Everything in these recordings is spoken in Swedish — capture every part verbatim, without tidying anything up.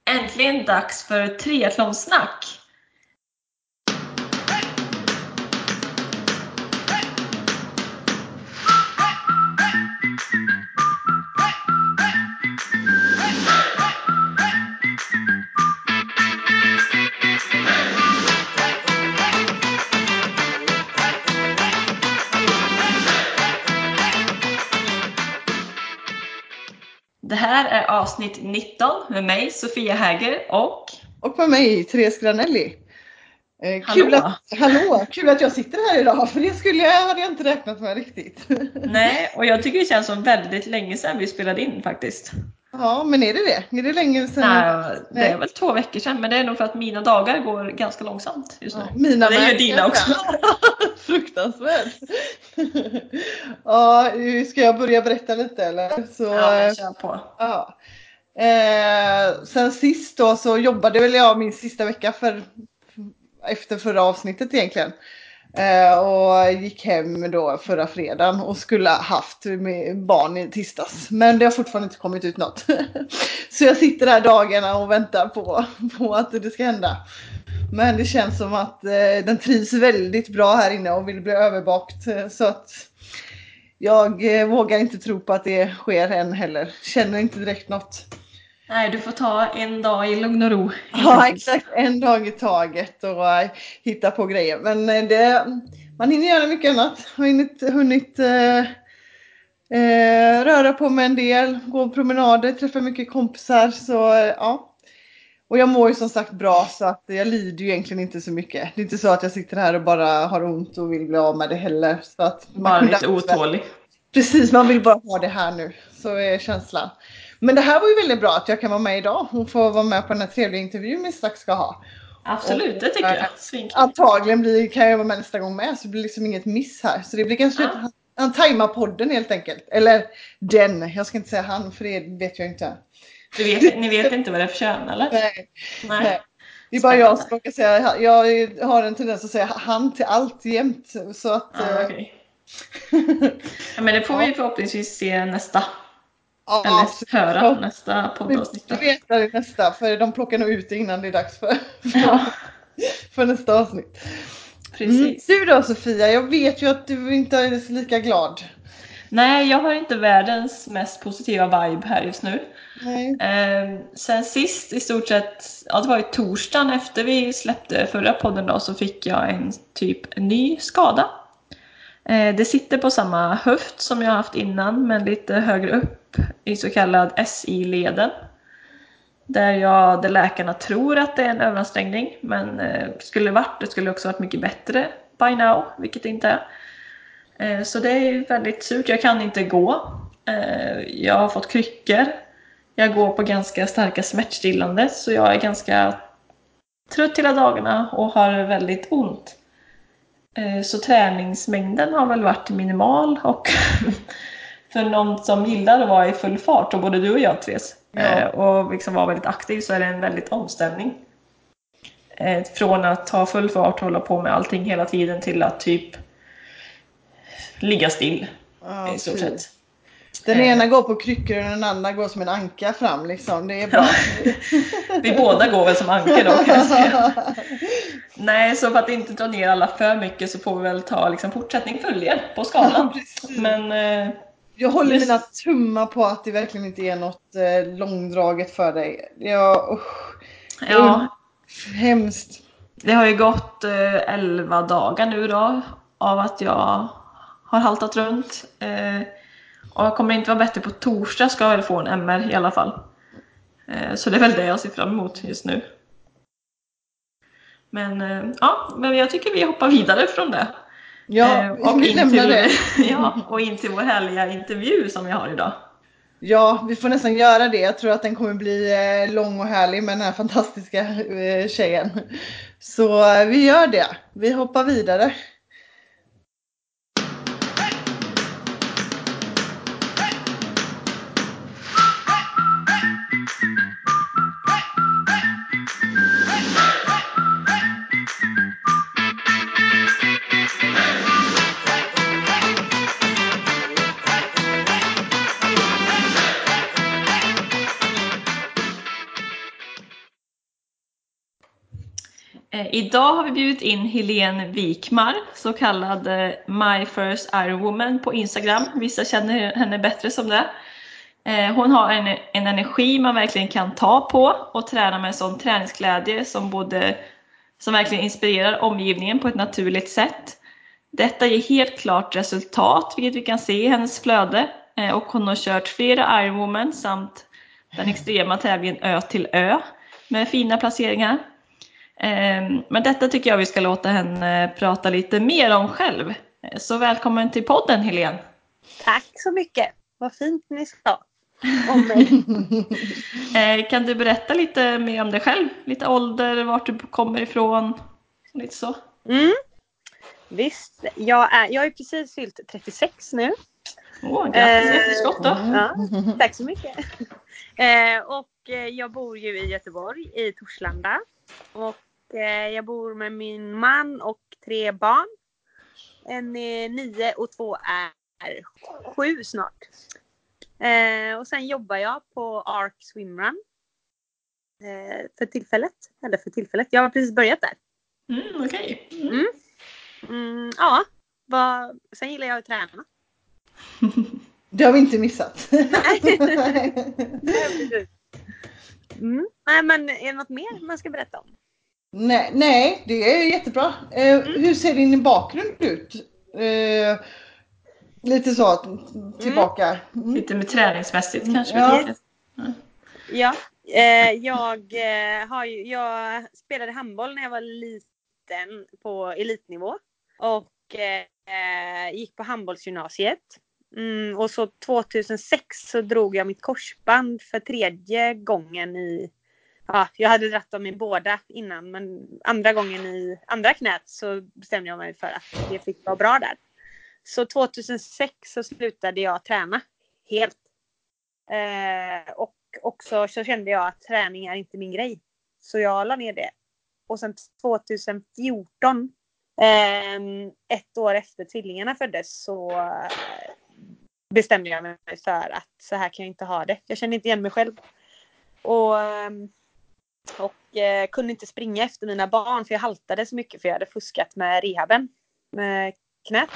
Äntligen dags för triathlonsnack! Det här är avsnitt nitton med mig, Sofia Häger och... Och med mig, Therese Granelli. Eh, Hallå. Kul att, hallå! Kul att jag sitter här idag, för det skulle jag, hade jag inte räknat med riktigt. Nej, och jag tycker det känns som väldigt länge sedan vi spelade in faktiskt. Ja, men är det det? Är det länge sedan? Nej, det är väl två veckor sedan, men det är nog för att mina dagar går ganska långsamt just nu. Ja, mina och det gör med. dina också. Fruktansvärt. Ja, ska jag börja berätta lite eller? Så, Ja, men kör på. Ja. Eh, sen sist då så jobbade väl jag min sista vecka för, efter förra avsnittet egentligen. Eh, och gick hem då förra fredagen och skulle ha haft med barn i tisdags. Men det har fortfarande inte kommit ut något. Så jag sitter här dagarna och väntar på, på att det ska hända. Men det känns som att eh, den trivs väldigt bra här inne och vill bli överbakt. Så att jag eh, vågar inte tro på att det sker än heller. Känner inte direkt något. Nej, du får ta en dag i lugn och ro. Ja, exakt. En dag i taget och uh, hitta på grejer. Men uh, det, man hinner göra mycket annat. Har hunnit, hunnit uh, uh, röra på med en del, gå promenader, träffa mycket kompisar. Så uh, ja. Och jag mår ju som sagt bra, så att jag lider ju egentligen inte så mycket. Det är inte så att jag sitter här och bara har ont och vill bli av med det heller. Så att bara lite otålig. Precis, man vill bara ha det här nu. Så är känslan. Men det här var ju väldigt bra att jag kan vara med idag och få vara med på den här trevliga intervjun vi strax ska ha. Absolut, och, det tycker jag. Svinkul. Antagligen blir, kan jag vara med nästa gång med, så det blir liksom inget miss här. Så det blir kanske ja. en tajma-podden helt enkelt. Eller den, jag ska inte säga han för det vet jag inte. Du vet, ni vet inte vad det är för kön, eller? Nej. Nej. Nej. Det är bara jag som ska säga, jag har en tendens att säga han till allt jämt. Så att... Ja, okay. Ja, men det får vi förhoppningsvis se nästa. Ja, eller absolut. höra Ja. nästa poddavsnitt. Du vet det nästa, för de plockar nog ut det innan det är dags för, ja. för nästa avsnitt. Precis. Mm. Du då Sofia, jag vet ju att du inte är lika glad. Nej, jag har inte världens mest positiva vibe här just nu. Nej. Eh, sen sist i stort sett, ja det var ju torsdagen efter vi släppte förra podden då, så fick jag en typ en ny skada. Eh, det sitter på samma höft som jag haft innan, men lite högre upp i så kallad S I-leden. Där, jag, där läkarna tror att det är en överansträngning, men eh, skulle varit, det skulle också varit mycket bättre by now, vilket det inte är. Eh, så det är väldigt surt, jag kan inte gå. Eh, jag har fått kryckor. Jag går på ganska starka smärtstillande, så jag är ganska trött hela dagarna och har väldigt ont. Eh, så träningsmängden har väl varit minimal, och för någon som gillar att vara i full fart, och både du och jag, Therese, ja. och liksom vara väldigt aktiv, så är det en väldigt omställning. Från att ha full fart och hålla på med allting hela tiden till att typ ligga still Ja, i stort sett. Den ena går på kryckor och den andra går som en anka fram liksom. Det är bra. Vi båda går väl som ankor då, kan jag säga. Nej, så för att inte dra ner alla för mycket så får vi väl ta liksom fortsättning följer på skalan. Ja, men eh, jag håller just... mina tummar på att det verkligen inte är något eh, långdraget för dig. Jag, usch, det ja, är hemskt. Det har ju gått eh, elva dagar nu då av att jag har haltat runt. Eh, och jag kommer inte vara bättre på torsdag, ska jag väl få en M R i alla fall. Eh, så det är väl det jag ser fram emot just nu. Men eh, ja, men jag tycker vi hoppar vidare från det. Ja, eh, och, vi in till, det. ja, och in till vår härliga intervju som vi har idag. Ja, vi får nästan göra det. Jag tror att den kommer bli eh, lång och härlig med den här fantastiska eh, tjejen. Så eh, vi gör det. Vi hoppar vidare. Eh, idag har vi bjudit in Helene Wikmar, så kallad eh, My First Iron Woman på Instagram. Vissa känner henne bättre som det. Eh, hon har en, en energi man verkligen kan ta på och träna med en sån träningsglädje som, både, som verkligen inspirerar omgivningen på ett naturligt sätt. Detta ger helt klart resultat, vilket vi kan se i hennes flöde. Eh, och hon har kört flera Iron Woman samt den extrema tävlingen Ö till Ö med fina placeringar. Men detta tycker jag vi ska låta henne prata lite mer om själv. Så välkommen till podden, Helene. Tack så mycket. Vad fint ni sa om mig. Kan du berätta lite mer om dig själv? Lite ålder, vart du kommer ifrån? Lite så. Mm. Visst, jag är, jag är precis fyllt trettiosex nu. Åh, grattis efterskott då. Ja, tack så mycket. Eh, och jag bor ju i Göteborg, i Torslanda. Och eh, jag bor med min man och tre barn. En är nio och två är sju snart. Eh, och sen jobbar jag på Ark Swimrun. Eh, för tillfället. Eller för tillfället. Jag har precis börjat där. Mm, okej. Okay. Mm. Mm. Mm, ja, vad, sen gillar jag att träna. Det har vi inte missat. mm. Nej, men är det något mer man ska berätta om? Nej, nej det är jättebra. Eh, mm. Hur ser din bakgrund ut? Eh, lite så tillbaka. Mm. Lite med träningsmässigt mm. kanske. Ja, yes. mm. ja eh, jag, eh, har ju, jag spelade handboll när jag var liten på elitnivå. Och eh, gick på handbollsgymnasiet. Mm, och så tjugohundrasex så drog jag mitt korsband för tredje gången i... Ja, jag hade dratt dem i båda innan, men andra gången i andra knät så bestämde jag mig för att det fick vara bra där. Så tjugohundrasex så slutade jag träna helt. Eh, och också så kände jag att träning är inte min grej. Så jag la ner det. Och sen tjugohundrafjorton, eh, ett år efter tvillingarna föddes, så bestämde jag mig för att så här kan jag inte ha det. Jag kände inte igen mig själv. Och, och eh, kunde inte springa efter mina barn för jag haltade så mycket för jag hade fuskat med rehaben. Med knät.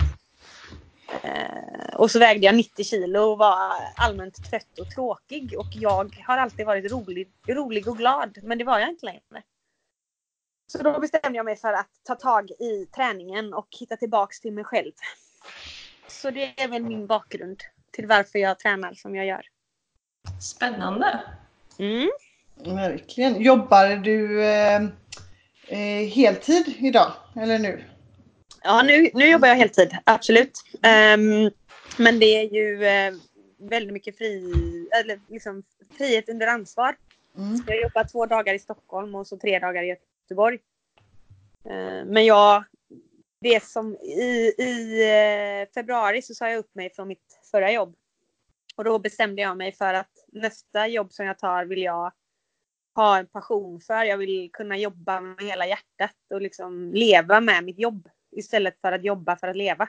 Eh, och så vägde jag nittio kilo och var allmänt trött och tråkig. Och jag har alltid varit rolig, rolig och glad. Men det var jag inte längre. Så då bestämde jag mig för att ta tag i träningen och hitta tillbaks till mig själv. Så det är väl min bakgrund till varför jag tränar som jag gör. Spännande. Mm. Verkligen. Jobbar du eh, eh, heltid idag eller nu? Ja, nu, nu jobbar jag heltid, absolut. Um, men det är ju uh, väldigt mycket fri, eller liksom frihet under ansvar. Mm. Jag jobbar två dagar i Stockholm och så tre dagar i Göteborg. Uh, men jag, det som i, i uh, februari så sa jag upp mig från mitt förra jobb. Och då bestämde jag mig för att nästa jobb som jag tar vill jag ha en passion för. Jag vill kunna jobba med hela hjärtat och liksom leva med mitt jobb. Istället för att jobba för att leva.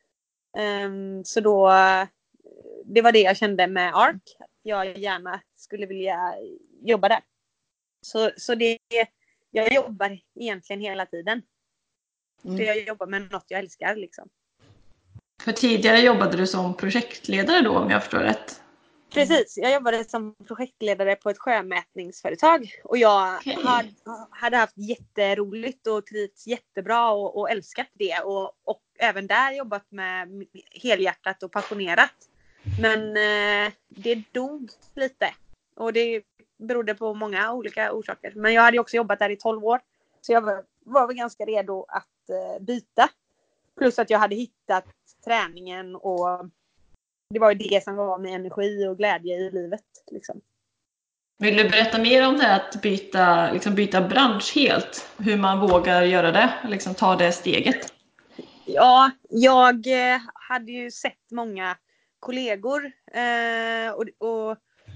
Um, så då, det var det jag kände med Ark. Jag gärna skulle vilja jobba där. Så, så det, jag jobbar egentligen hela tiden. Mm. För jag jobbar med något jag älskar liksom. För tidigare jobbade du som projektledare då, om jag förstår rätt? Precis, jag jobbade som projektledare på ett sjömätningsföretag. Och jag okay. hade, hade haft jätteroligt och trivts jättebra och, och älskat det. Och, och även där jobbat med helhjärtat och passionerat. Men eh, det dog lite. Och det berodde på många olika orsaker. Men jag hade också jobbat där i tolv år. Så jag var, var väl ganska redo att eh, byta. Plus att jag hade hittat träningen och det var ju det som gav mig energi och glädje i livet. Liksom. Vill du berätta mer om det här att byta, liksom byta bransch helt? Hur man vågar göra det? Liksom ta det steget? Ja, jag hade ju sett många kollegor eh, och, och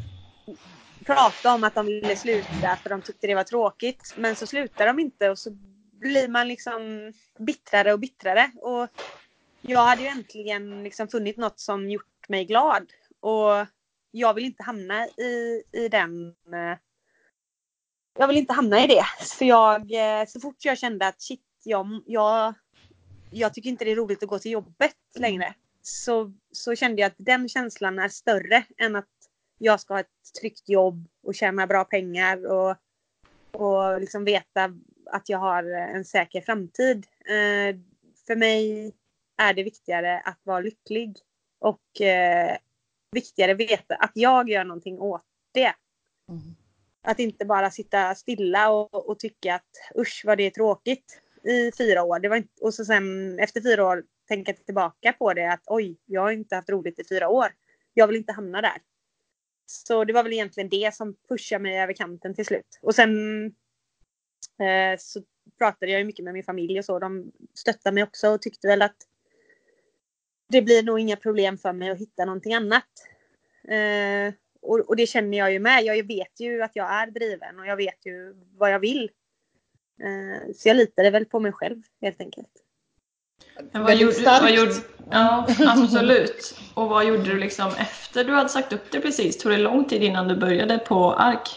prata om att de ville sluta för de tyckte det var tråkigt. Men så slutar de inte och så blir man liksom bittrare och bittrare. Och jag hade ju äntligen liksom funnit något som gjort mig glad. Och jag vill inte hamna i, i den jag vill inte hamna i det. Så jag, så fort jag kände att shit, jag, jag, jag tycker inte det är roligt att gå till jobbet längre. Så, så kände jag att den känslan är större än att jag ska ha ett tryggt jobb och tjäna bra pengar och, och liksom veta att jag har en säker framtid. Eh, för mig är det viktigare att vara lycklig och eh, viktigare veta att jag gör någonting åt det. Mm. Att inte bara sitta stilla och, och tycka att usch vad det är tråkigt i fyra år. Det var inte, och så sen efter fyra år tänka tillbaka på det att oj, jag har inte haft roligt i fyra år. Jag vill inte hamna där. Så det var väl egentligen det som pushade mig över kanten till slut. Och sen eh, så pratade jag ju mycket med min familj och så. De stöttade mig också och tyckte väl att det blir nog inga problem för mig att hitta någonting annat. Eh, och, och det känner jag ju med. Jag vet ju att jag är driven och jag vet ju vad jag vill. Eh, så jag litade väl på mig själv helt enkelt. Men vad gjorde, vad gjorde, ja, absolut. Och vad gjorde du liksom efter du hade sagt upp det precis? Tog det lång tid innan du började på ARK?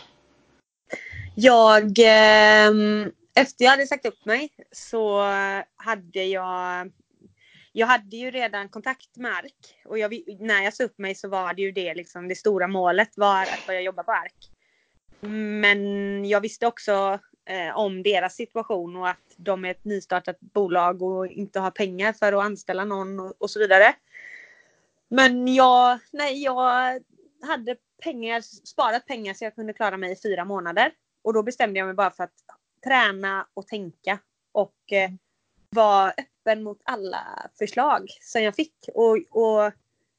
Jag, eh, efter jag hade sagt upp mig så hade jag, jag hade ju redan kontakt med ARK. Och jag, när jag sa upp mig så var det ju det, liksom, det stora målet var att börja jobba på ARK. Men jag visste också eh, om deras situation och att de är ett nystartat bolag och inte har pengar för att anställa någon och, och så vidare. Men jag, nej, jag hade pengar, sparat pengar så jag kunde klara mig i fyra månader. Och då bestämde jag mig bara för att träna och tänka och eh, vara öppen mot alla förslag som jag fick. Och, och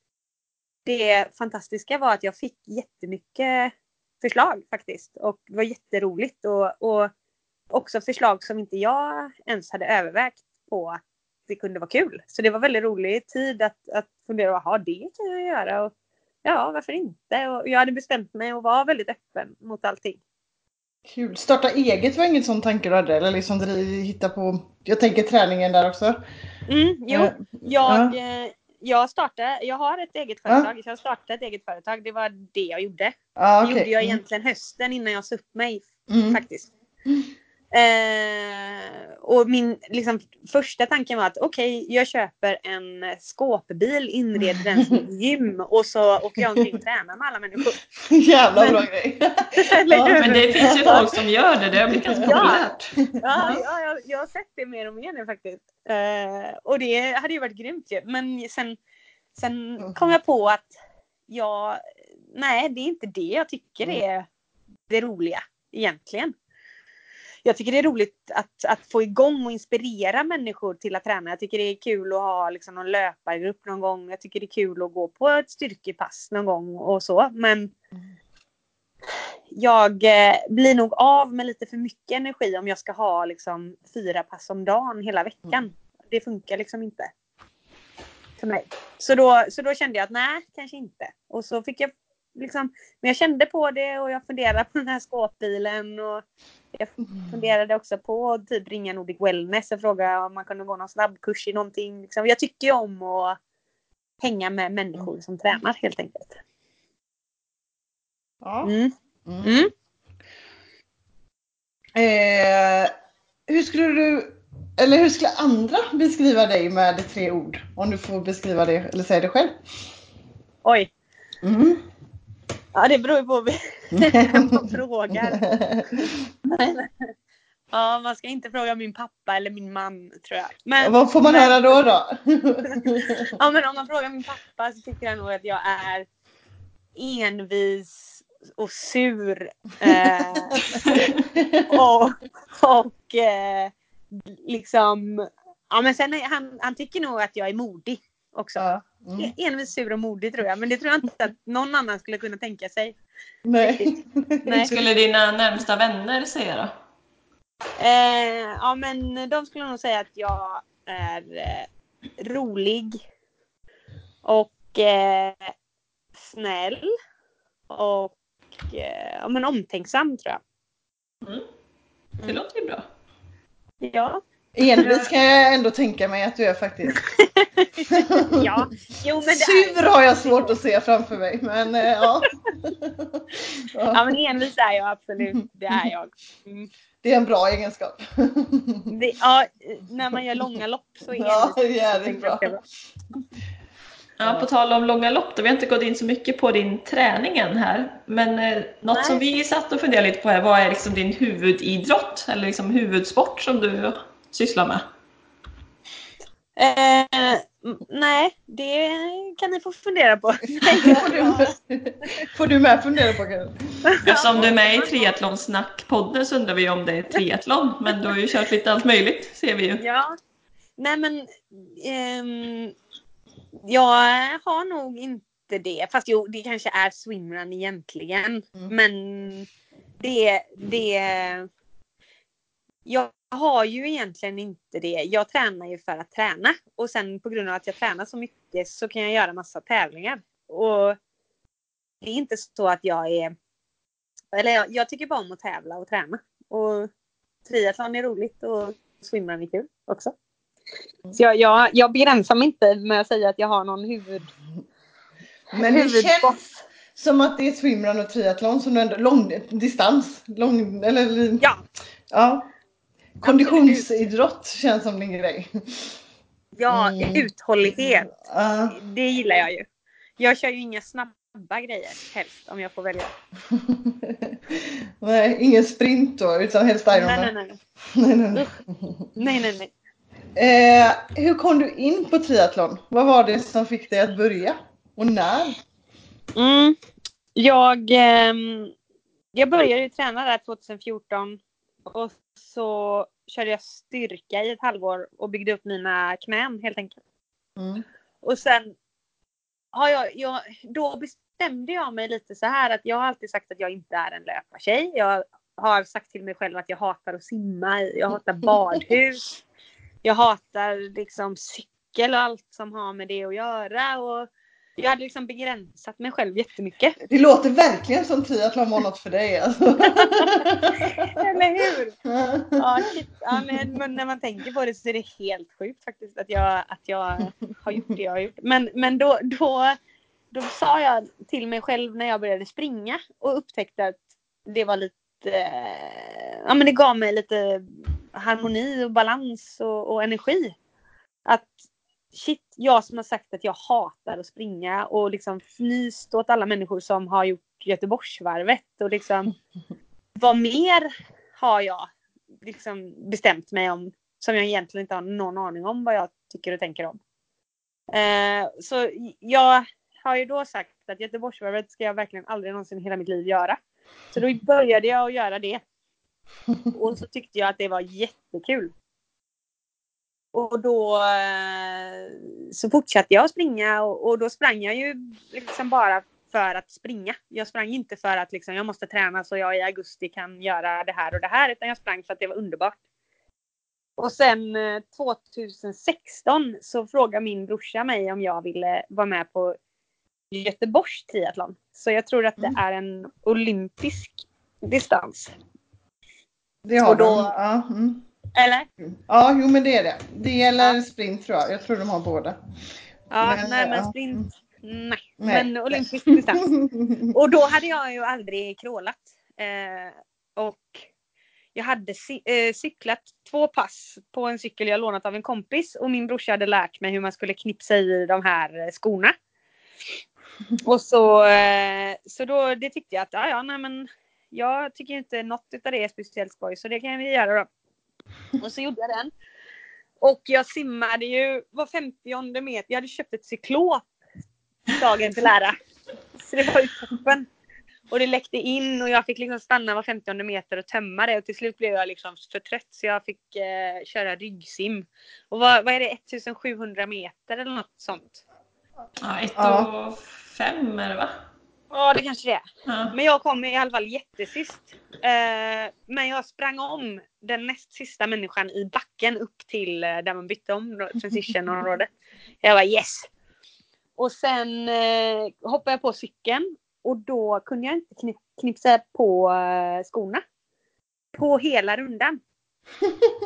det fantastiska var att jag fick jättemycket förslag faktiskt. Och det var jätteroligt. Och, och också förslag som inte jag ens hade övervägt på att det kunde vara kul. Så det var väldigt rolig tid att, att fundera, jaha, det kan jag göra. Och ja, varför inte? Och jag hade bestämt mig och var väldigt öppen mot allting. Kul. Starta eget var ingen sån tanke du hade? Eller liksom hitta på, jag tänker träningen där också. Mm, jo, uh, jag, uh. jag startade, jag har ett eget företag. Uh. Jag startade ett eget företag. Det var det jag gjorde. Uh, det okay. gjorde jag mm. egentligen hösten innan jag sa upp mig mm. faktiskt. Mm. Eh, och min liksom, första tanken var att okej, okay, jag köper en skåpbil, inreder den som ett gym och så åker jag omkring och tränar med alla människor. Jävla men, bra grej. Ja, men det finns ju folk som gör det, det har blivit ganska populärt. Ja, ja, ja jag, jag har sett det mer och mer nu faktiskt. Eh, och det hade ju varit grymt ju. Men sen, sen kom jag på att jag, nej, det är inte det jag tycker är det roliga egentligen. Jag tycker det är roligt att, att få igång och inspirera människor till att träna. Jag tycker det är kul att ha liksom någon löpargrupp någon gång. Jag tycker det är kul att gå på ett styrkepass någon gång och så. Men jag eh, blir nog av med lite för mycket energi om jag ska ha liksom fyra pass om dagen hela veckan. Det funkar liksom inte för mig. Så då, så då kände jag att nej, kanske inte. Och så fick jag liksom, men jag kände på det och jag funderade på den här skåpbilen och jag funderade också på att typ ringa Nordic Wellness och fråga om man kunde gå någon snabbkurs i någonting. Liksom. Jag tycker ju om att hänga med människor som tränar helt enkelt. Ja. Mm. Mm. Eh, hur skulle du, eller hur skulle andra beskriva dig med tre ord? Om du får beskriva det eller säga det själv. Oj. Mm. Ja, det beror ju på vem man frågar. Ja, man ska inte fråga min pappa eller min man, tror jag. Men, vad får man men, höra då då? Ja, men om man frågar min pappa så tycker han nog att jag är envis och sur. Eh, och och eh, liksom... Ja, men sen är han, han tycker nog att jag är modig också. Ja. Mm. Envis, sur och modig tror jag. Men det tror jag inte att någon annan skulle kunna tänka sig. Nej. Nej. Skulle dina närmsta vänner säga då? Eh, ja, men de skulle nog säga att jag är eh, rolig och eh, snäll och eh, ja, men omtänksam tror jag. Mm. Det låter ju bra. Ja. Envis kan jag ändå tänka mig att du är faktiskt. Ja, jo men det Sur är... har jag svårt att se framför mig, men eh, ja. Ja men envis är jag absolut, det är jag. Mm. Det är en bra egenskap. Det, ja, när man gör långa lopp så är Ja, envis jävligt bra. bra. Ja, på tal om långa lopp, då vi har inte gått in så mycket på din träning än här. Men eh, något Nej. som vi satt och funderade lite på här, vad är liksom din huvudidrott eller liksom huvudsport som du sysslar med? Eh, nej, det kan ni få fundera på. får, du, får du med fundera på det? Eftersom du är med i Triathlonsnack-podden så undrar vi om det är triathlon. Men du har ju kört lite allt möjligt, ser vi ju. Ja, nej men ehm, jag har nog inte det. Fast jo, det kanske är swimrun egentligen. Mm. Men det, det... Jag har ju egentligen inte det. Jag tränar ju för att träna. Och sen på grund av att jag tränar så mycket så kan jag göra massa tävlingar. Och det är inte så att jag är... Eller jag, jag tycker bara om att tävla och träna. Och triathlon är roligt och swimrun är kul också. Så jag, jag, jag begränsar mig inte med att säga att jag har någon huvud... Men det huvudsport. känns som att det är swimrun och triathlon som du ändå... Lång distans. Lång, eller... Ja. Ja. Konditionsidrott känns som din grej. Ja, Mm. uthållighet. Uh. Det gillar jag ju. Jag kör ju inga snabba grejer helst om jag får välja. Nej, ingen sprint då, utan helst Ironman. Nej, nej, nej. nej, nej, nej. nej, nej, nej. Eh, hur kom du in på triathlon? Vad var det som fick dig att börja? Och när? Mm. Jag, eh, jag började ju träna där tjugohundrafjorton. Och så körde jag styrka i ett halvår och byggde upp mina knän helt enkelt. Mm. Och sen har jag, jag, då bestämde jag mig lite så här att jag har alltid sagt att jag inte är en löpartjej. Jag har sagt till mig själv att jag hatar att simma, jag hatar badhus. Jag hatar liksom cykel och allt som har med det att göra. Och jag hade liksom begränsat mig själv jättemycket. Det låter verkligen som triathlon var något för dig. Alltså. Eller hur? Ja, shit. Ja, men, men när man tänker på det så är det helt sjukt faktiskt att jag, att jag har gjort det jag har gjort. Men, men då, då, då sa jag till mig själv när jag började springa och upptäckte att det var lite... Ja, men det gav mig lite harmoni och balans och, och energi. Att shit, jag som har sagt att jag hatar att springa och liksom fnyst åt alla människor som har gjort Göteborgsvarvet och liksom vad mer har jag liksom bestämt mig om som jag egentligen inte har någon aning om vad jag tycker och tänker om. Eh, så jag har ju då sagt att Göteborgsvarvet ska jag verkligen aldrig någonsin i hela mitt liv göra. Så då började jag att göra det. Och så tyckte jag att det var jättekul. Och då eh, så fortsatte jag att springa och, och då sprang jag ju liksom bara för att springa. Jag sprang inte för att liksom, jag måste träna så jag i augusti kan göra det här och det här. Utan jag sprang för att det var underbart. Och sen eh, tjugohundrasexton så frågade min brorsa mig om jag ville vara med på Göteborgs triathlon. Så jag tror att det är en olympisk distans. Det har och då, de. Ja, mm. Eller? Ja, jo men det är det. Det eller Ja. sprint tror jag. Jag tror de har båda. Ja, Men, nej men ja. sprint. Nej, Nej. men olympisk distans. Och då hade jag ju aldrig crawlat. Eh, och jag hade cy- eh, cyklat två pass på en cykel jag lånat av en kompis. Och min brorsa hade lärt mig hur man skulle knipsa i de här skorna. Och så, eh, så då det tyckte jag att ja, ja, nej, men jag tycker inte något av det är speciellt skoj. Så det kan vi göra då. Och så gjorde jag den. Och jag simmade ju var femtionde meter. Jag hade köpt ett cyklop dagen till ära. Så det var ju toppen. Och det läckte in och jag fick liksom stanna var femtionde meter och tömma det. Och till slut blev jag liksom för trött så jag fick eh, köra ryggsim. Och vad, vad är det? sjuttonhundra meter eller något sånt? Ja, ett Ja. och fem är det va? Ja, det kanske det är. Ja. Men jag kom i alla fall jättesist. Eh, men jag sprang om den näst sista människan i backen upp till eh, där man bytte om transition-området. Jag var yes! Och sen eh, hoppade jag på cykeln. Och då kunde jag inte knip- knipsa på eh, skorna. På hela rundan.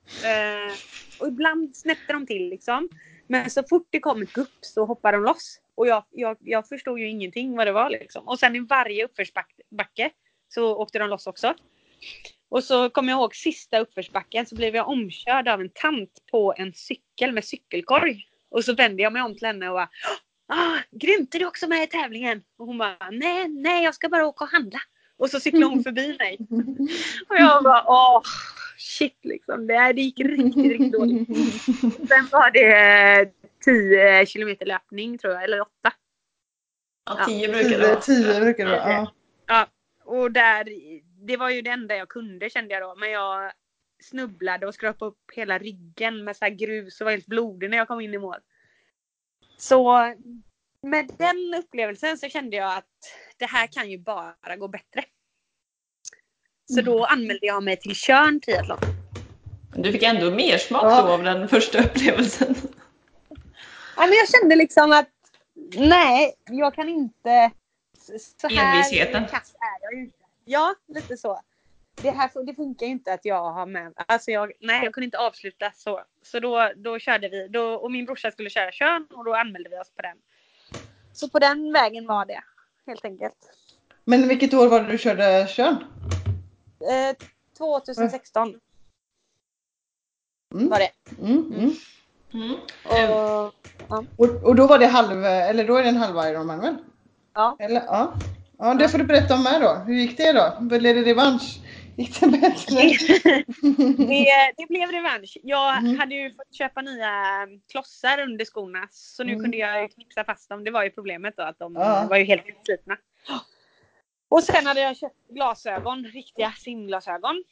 Eh, och ibland snäppte de till liksom. Men så fort det kom ett gupp så hoppade de loss. Och jag, jag, jag förstod ju ingenting vad det var liksom. Och sen i varje uppförsbacke så åkte de loss också. Och så kommer jag ihåg sista uppförsbacken så blev jag omkörd av en tant på en cykel med cykelkorg. Och så vände jag mig om till henne och bara, ah, grymt, är du också med i tävlingen? Och hon bara, nej, nej, jag ska bara åka och handla. Och så cyklade hon förbi mig. Och jag bara, åh, shit liksom. Det, det gick riktigt, riktigt dåligt. Sen var det tio kilometer löpning tror jag, eller åtta. Ja, tio brukar det vara. tio brukar det vara, ja. Ja, och där, det var ju det enda jag kunde kände jag då. Men jag snubblade och skrapade upp hela ryggen med så här grus och var helt blodig när jag kom in i mål. Så med den upplevelsen så kände jag att det här kan ju bara gå bättre. Så då anmälde jag mig till Tjörn triathlon. Du fick ändå mer smak Ja. då av den första upplevelsen. Ja, men jag kände liksom att nej, jag kan inte. Så här Envisheten. kass är jag ju inte. Ja, lite så. Det här det funkar ju inte att jag har med. Alltså jag, nej, jag kunde inte avsluta så. Så då, då körde vi. Då, och min brorsa skulle köra Tjörn och då anmälde vi oss på den. Så på den vägen var det helt enkelt. Men vilket år var det du körde Tjörn? Eh, tjugohundrasexton Mm. var det. Mm, mm. Mm. Och, ja. Och, och då var det halv, eller då är det en halv Ironman väl? Ja. Eller, ja. Ja, det får du berätta om med då. Hur gick det då? Blev det revansch? Gick det bättre? det, det blev revansch. Jag Mm. hade ju fått köpa nya klossar under skorna. Så nu Mm. kunde jag knixa fast dem. Det var ju problemet då. Att de Ja. var ju helt utslitna. Och sen hade jag köpt glasögon. Riktiga simglasögon.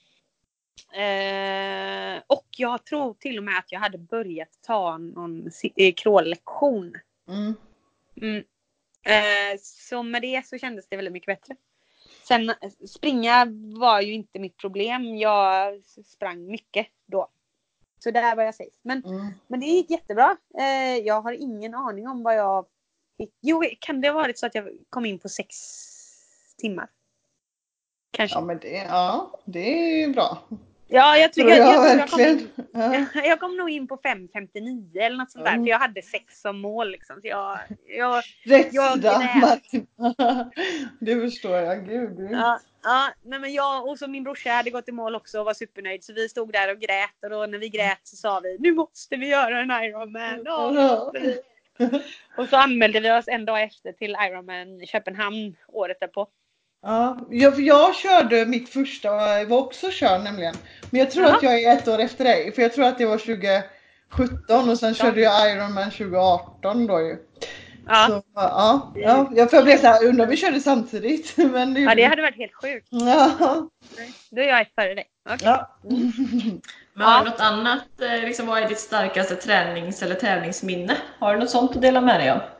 Eh, och jag tror till och med att jag hade börjat ta någon si- crawllektion. Mm. Mm. Eh, så med det så kändes det väldigt mycket bättre. Sen springa var ju inte mitt problem. Jag sprang mycket då. Så där var jag safe. Men, Mm. men det gick jättebra. Eh, jag har ingen aning om vad jag fick. Jo, kan det ha varit så att jag kom in på sex timmar? Kanske. Ja, men det, ja, det är ju bra. Ja, jag tror Tror jag, jag, jag, jag, jag, kom verkligen. in, Ja. jag kom nog in på fem femtionio eller något sånt där. Mm. För jag hade sex som mål liksom. Så jag, jag, Rätt jag sida, grät. Martin. Det förstår jag. Gud, gud. Ja, ja, nej men jag och så min brorsa hade gått i mål också och var supernöjd. Så vi stod där och grät. Och då när vi grät så sa vi, nu måste vi göra en Ironman. Åh, nu måste vi. Och så anmälde vi oss en dag efter till Ironman Köpenhamn året därpå. Ja, jag, jag körde mitt första, jag var också kör nämligen. Men jag tror Jaha. att jag är ett år efter dig. För jag tror att det var tjugosjutton och sen körde jag Ironman tjugoarton då ju. Ja. Så, ja, ja, jag får bli så här, undrar om vi körde samtidigt. Men det, Ja, det hade varit helt sjukt. Ja. Då är jag ett före dig. Okay. Ja. Men har du något annat, eh, liksom, vad är ditt starkaste tränings- eller tävlingsminne? Har du något sånt att dela med dig av?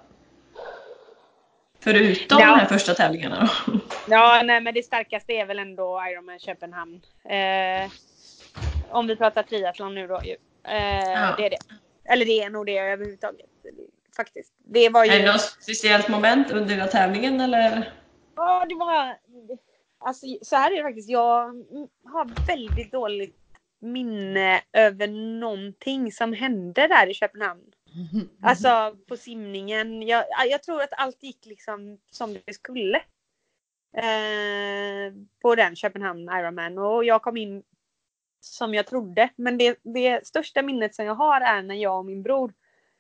Förutom Ja. de här första tävlingarna då? Ja, nej men det starkaste är väl ändå Ironman Köpenhamn. Eh, om vi pratar triathlon nu då ju. Eh, Ja. Det är det. Eller det är nog det överhuvudtaget. Faktiskt. Det var ju... Är det något speciellt moment under den här tävlingen eller? Ja, det var... Alltså så här är det faktiskt. Jag har väldigt dåligt minne över någonting som hände där i Köpenhamn. Alltså på simningen. Jag, jag tror att allt gick liksom som det skulle. Eh, på den Köpenhamn Ironman. Och jag kom in som jag trodde. Men det, det största minnet som jag har är när jag och min bror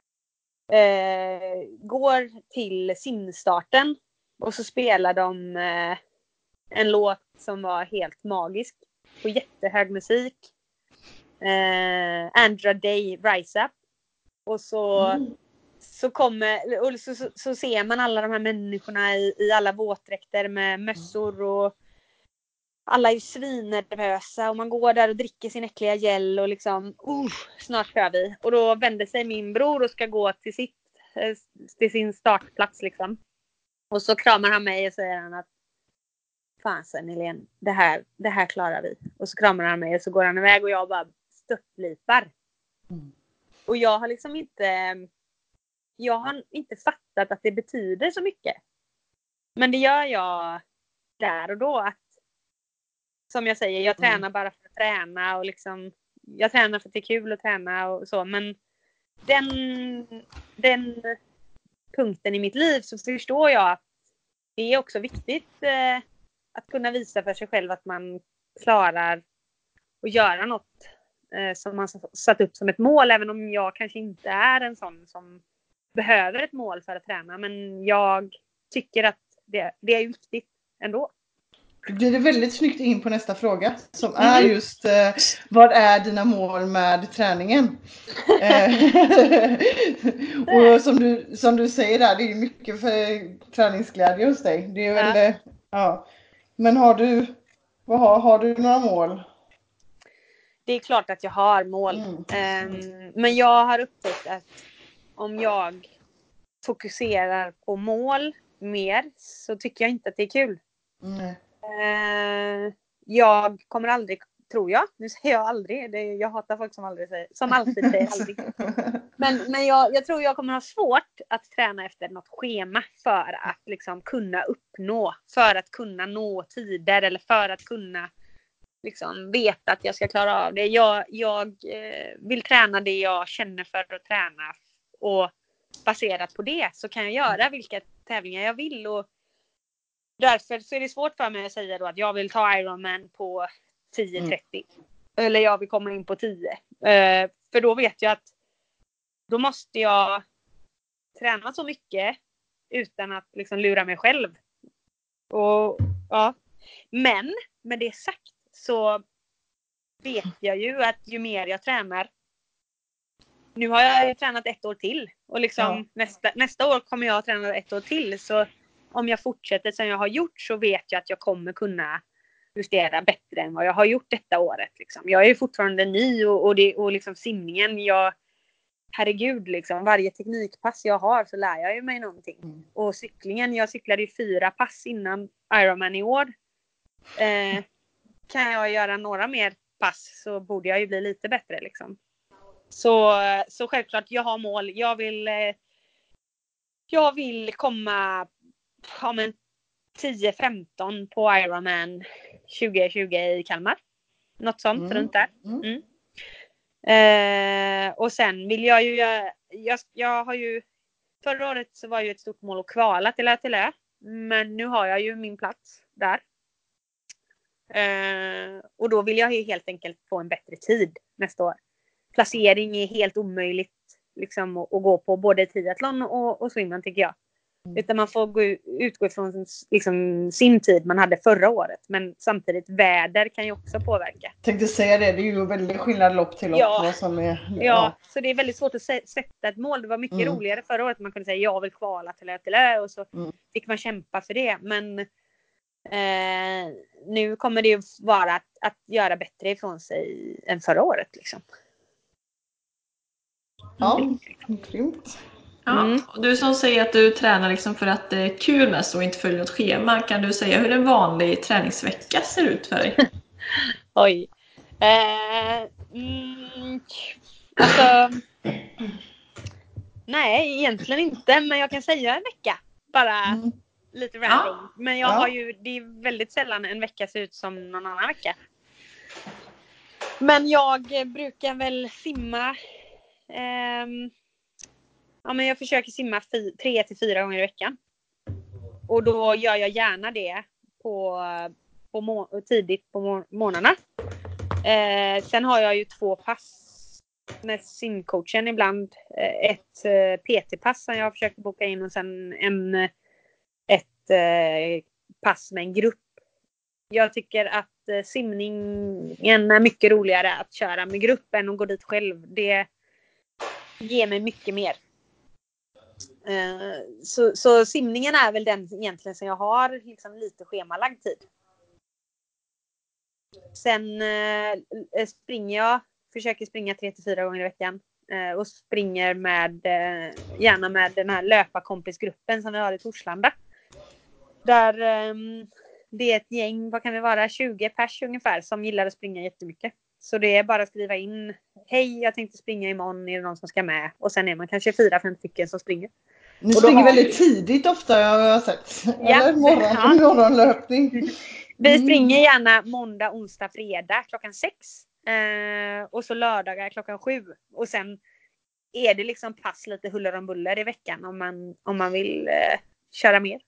eh, går till simstarten. Och så spelar de eh, en låt som var helt magisk. På jättehög musik. Eh, Andra Day Rise Up. Och så, Mm. så kommer och så, så, så ser man alla de här människorna i, i alla våtdräkter med mössor och alla är svinnervösa och man går där och dricker sin äckliga gel och liksom uh, snart kör vi. Och då vänder sig min bror och ska gå till, sitt, till sin startplats liksom. Och så kramar han mig och säger han att fan sen Helene, det här, det här klarar vi. Och så kramar han mig och så går han iväg och jag bara störtlipar. Mm. Och jag har liksom inte jag har inte fattat att det betyder så mycket. Men det gör jag där och då. Att, som jag säger, jag tränar bara för att träna och liksom jag tränar för att det är kul att träna och så. Men den, den punkten i mitt liv så förstår jag att det är också viktigt eh, att kunna visa för sig själv att man klarar att göra något eh, som man satt upp som ett mål. Även om jag kanske inte är en sån som behöver ett mål för att träna. Men jag tycker att det, det är viktigt ändå. Det blir väldigt snyggt in på nästa fråga som är just eh, vad är dina mål med träningen? Och som du, som du säger där, det är mycket för träningsglädje hos dig. Det är väl, ja. ja. Men har du, vad har, har du några mål? Det är klart att jag har mål. Mm. Um, men jag har upptäckt att om jag fokuserar på mål mer så tycker jag inte att det är kul. Mm. Uh, jag kommer aldrig, tror jag, nu säger jag aldrig, det, jag hatar folk som aldrig säger, som alltid säger aldrig. Men, men jag, jag tror jag kommer ha svårt att träna efter något schema för att liksom kunna uppnå, för att kunna nå tider eller för att kunna liksom veta att jag ska klara av det. Jag, jag eh, vill träna det jag känner för att träna och baserat på det så kan jag göra vilka tävlingar jag vill och därför så är det svårt för mig att säga då att jag vill ta Ironman på tio trettio. Mm. Eller jag vill komma in på tio. Uh, för då vet jag att då måste jag träna så mycket utan att liksom lura mig själv. Och ja. Men med det sagt så vet jag ju att ju mer jag tränar. Nu har jag ju tränat ett år till. Och liksom ja. nästa, nästa år kommer jag att träna ett år till. Så om jag fortsätter som jag har gjort så vet jag att jag kommer kunna justera bättre än vad jag har gjort detta året. Liksom. Jag är ju fortfarande ny och, och, det, och liksom simningen, jag, herregud, liksom, varje teknikpass jag har så lär jag ju mig någonting. Mm. Och cyklingen, jag cyklade ju fyra pass innan Ironman i år. Eh, kan jag göra några mer pass så borde jag ju bli lite bättre. Liksom. Så, så självklart, jag har mål. Jag vill, eh, jag vill komma ja, men tio femton på Ironman tjugo tjugo i Kalmar. Något sånt mm. runt där. Mm. Eh, och sen vill jag ju, jag, jag, jag har ju, förra året så var ju ett stort mål att kvala till Ö. Men nu har jag ju min plats där. Eh, och då vill jag ju helt enkelt få en bättre tid nästa år. Placering är helt omöjligt liksom, att, att gå på både triathlon och, och swimrun tycker jag. Mm. Utan man får gå, utgå ifrån liksom, sin tid man hade förra året. Men samtidigt väder kan ju också påverka. Jag tänkte säga det, det är ju väldigt skillnad lopp till lopp. Ja, vad som är, ja. ja, så det är väldigt svårt att sätta ett mål. Det var mycket mm. roligare förra året. Man kunde säga jag vill kvala till Ö till Ö och så mm. fick man kämpa för det. Men eh, nu kommer det ju vara att, att göra bättre ifrån sig än förra året. Liksom. Ja, grymt. Ja, mm. och du som säger att du tränar liksom för att det är kul mest och inte följer något schema. Kan du säga hur en vanlig träningsvecka ser ut för dig? Oj. Eh, mm, alltså, nej, egentligen inte. Men jag kan säga en vecka. Bara mm. lite random. Ja. Men jag ja. har ju, det är väldigt sällan en vecka ser ut som någon annan vecka. Men jag brukar väl simma... Ehm, Ja, men jag försöker simma f- tre till fyra gånger i veckan. Och då gör jag gärna det på, på må- tidigt på må- morgnarna. Eh, sen har jag ju två pass med simcoachen ibland. Eh, ett eh, P T-pass som jag försöker boka in och sen en, ett eh, pass med en grupp. Jag tycker att eh, simningen är mycket roligare att köra med grupp än att gå dit själv. Det ger mig mycket mer. Så, så simningen är väl den egentligen som jag har liksom lite schemalagd tid. Sen eh, springer jag, försöker springa tre till fyra gånger i veckan. Eh, och springer med, eh, gärna med den här löparkompisgruppen som vi har i Torslanda. Där eh, det är ett gäng, vad kan det vara, tjugo pers ungefär som gillar att springa jättemycket. Så det är bara att skriva in, hej jag tänkte springa imorgon, är det någon som ska med? Och sen är man kanske fyra, fem stycken som springer. Ni springer väldigt tidigt ofta, jag har sett. Ja. Eller morgon, ja. morgonlöpning. Mm. Vi springer gärna måndag, onsdag, fredag klockan sex. Eh, och så lördagar klockan sju. Och sen är det liksom pass lite huller om buller i veckan om man, om man vill eh, köra mer.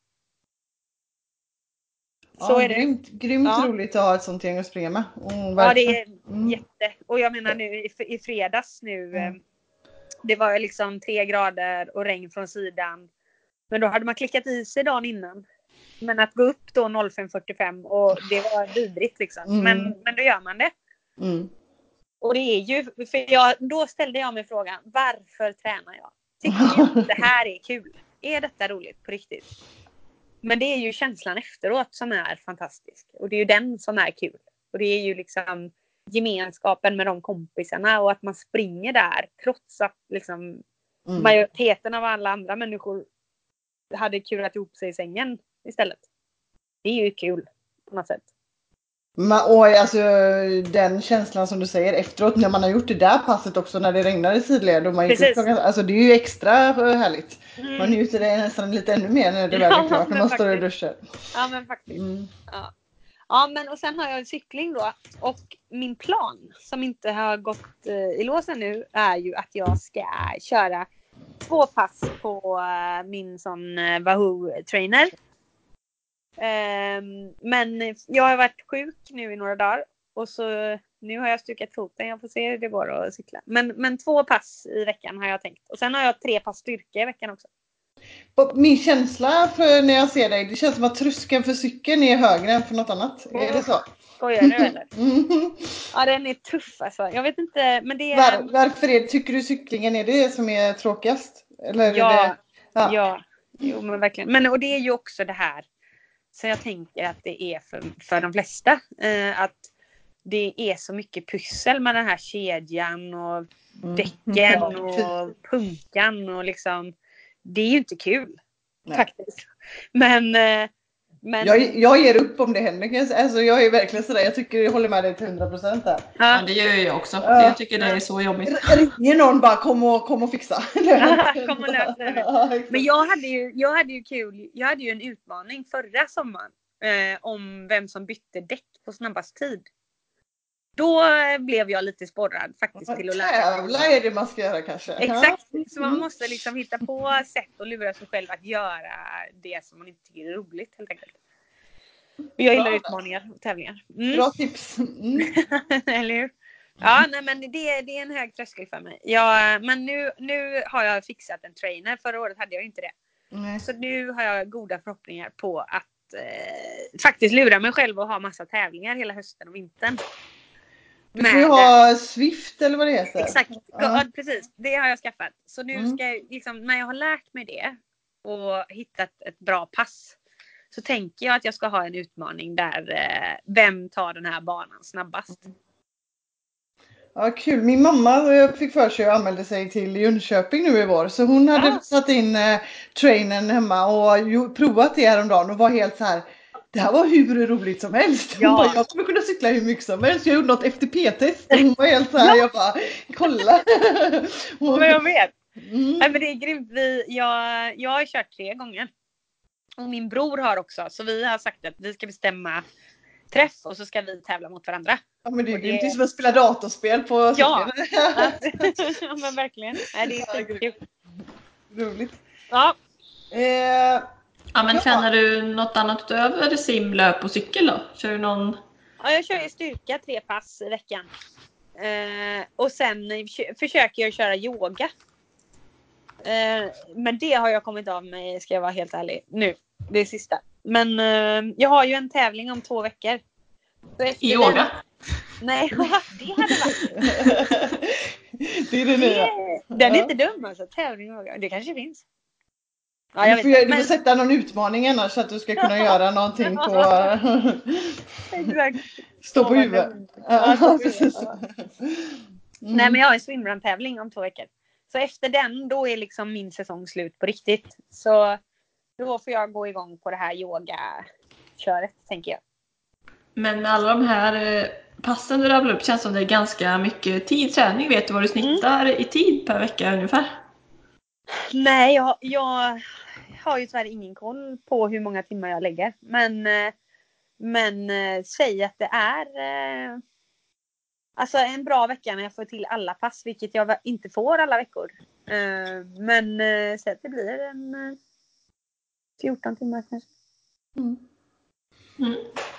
Så Ja, är det. grymt, grymt Ja. roligt att ha ett sånt gäng att springa med. Oh, Ja, det verkligen. är Mm. jätte. Och jag menar nu i, i fredags nu. Mm. Eh, det var ju liksom tre grader och regn från sidan. Men då hade man klickat i sig dagen innan. Men att gå upp då noll fem fyrtiofem och det var vidrigt liksom. Mm. Men, men då gör man det. Mm. Och det är ju, för jag, då ställde jag mig frågan, varför tränar jag? Tycker jag att det här är kul? Är detta roligt på riktigt? Men det är ju känslan efteråt som är fantastisk. Och det är ju den som är kul. Och det är ju liksom gemenskapen med de kompisarna och att man springer där trots att liksom Mm. majoriteten av alla andra människor hade kurat ihop sig i sängen istället. Det är ju kul på något sätt. Men, oj, alltså den känslan som du säger efteråt när man har gjort det där passet också när det regnar i sidled och man gick upp klockan, alltså det är ju extra härligt. Mm. Man njuter det nästan lite ännu mer när det väl Ja, är klart, när men man står i faktiskt. duschen. Ja men faktiskt. Mm. Ja. Ja men och sen har jag cykling då och min plan som inte har gått eh, i låsen nu är ju att jag ska köra två pass på eh, min sån eh, Wahoo trainer. Um, men jag har varit sjuk nu i några dagar och så nu har jag stukat foten. Jag får se hur det går att cykla. Men, men två pass i veckan har jag tänkt. Och sen har jag tre pass styrka i veckan också. Min känsla för när jag ser dig, det känns som att tröskeln för cykeln är högre än för något annat. Oh, är det så? Skojar du eller? Mm. Ja den är tuff alltså. Jag vet inte men det är... Var, varför är, tycker du cyklingen är det som är tråkigast? Eller ja, är det... ja. ja. Jo men verkligen. Men och det är ju också det här. Så jag tänker att det är för, för de flesta. Eh, att det är så mycket pussel med den här kedjan och Mm. däcken Ja. och punkan och liksom. Det är ju inte kul. Nej. Faktiskt. Men, eh, men Jag, jag ger upp om det händer. Alltså jag är verkligen sådär. Jag tycker jag håller med dig till hundra procent där. Ja, ja, det gör ju jag också. Ja. Jag tycker det är så jobbigt. Ringer någon bara kom och, kom och fixa. kom och lös det. Ja, exakt. Men jag hade ju, jag hade ju kul. Jag hade ju en utmaning förra sommaren eh, om vem som bytte däck på snabbast tid. Då blev jag lite sporrad faktiskt till att lära. Tävla är det man ska göra kanske. Exakt, så man Mm. måste liksom hitta på sätt att lura sig själv att göra det som man inte tycker är roligt helt enkelt. Jag gillar Bra. utmaningar och tävlingar. Mm. Bra tips. Mm. Eller hur? Ja, nej, men det, det är en hög tröskel för mig. Ja, men nu, nu har jag fixat en trainer. Förra året hade jag inte det. Nej. Så nu har jag goda förhoppningar på att eh, faktiskt lura mig själv och ha massa tävlingar hela hösten och vintern. Du får ju ha Swift eller vad det heter. Exakt, Ja. ja, precis. Det har jag skaffat. Så nu Mm. ska jag, liksom, när jag har lärt mig det och hittat ett bra pass så tänker jag att jag ska ha en utmaning där eh, vem tar den här banan snabbast. Ja, kul. Min mamma fick för sig och anmälde sig till Jönköping nu i vår. Så hon hade Ah. satt in eh, trainern hemma och ju, provat det häromdagen och var helt så här. Det här var hur roligt som helst. Hon Ja. bara, jag kommer kunna cykla hur mycket som helst. Jag gjorde något F T P-test och hon var helt så här. Jag bara, kolla. Hon, Men jag vet. mm. Nej, men det är grymt. Vi, jag, jag har kört tre gånger. Och min bror har också. Så vi har sagt att vi ska bestämma träff och så ska vi tävla mot varandra. Ja, men det är Och grymt. det- Det är som att spela datorspel på Ja. cykeln. Ja men verkligen. Nej, det är superkul. Roligt. Ja. Eh, Ja, men Ja. tränar du något annat utöver sim, löp och cykel då? Kör du någon... Ja, jag kör ju styrka tre pass i veckan. Eh, och sen kö- försöker jag köra yoga. Eh, men det har jag kommit av mig, ska jag vara helt ärlig, nu. Det är sista. Men eh, jag har ju en tävling om två veckor. Så efter I yoga? Den... Nej, det hade varit. det är det nya. Det... Den är Ja. inte dum alltså. Tävling i yoga. Det kanske finns. Ja, Du jag får, vet du inte. får Men... sätta någon utmaning annars så att du ska kunna göra någonting på Exakt. stå på vad huvudet. dumt. Ja, Ja, stå på precis. huvudet, ja. Mm. Nej, men jag har en swimrun-tävling om två veckor. Så efter den, då är liksom min säsong slut på riktigt. Så då får jag gå igång på det här yoga-köret, tänker jag. Men med alla de här eh, passen du rabblar upp känns som det är ganska mycket tid. Träning, vet du vad du snittar i tid per vecka ungefär? Nej, jag, jag har ju tyvärr ingen koll på hur många timmar jag lägger. Men, eh, men eh, säg att det är... Eh, alltså en bra vecka när jag får till alla pass, vilket jag inte får alla veckor. Uh, men uh, så att det blir en uh, fjorton timmar kanske. Mm. Mm.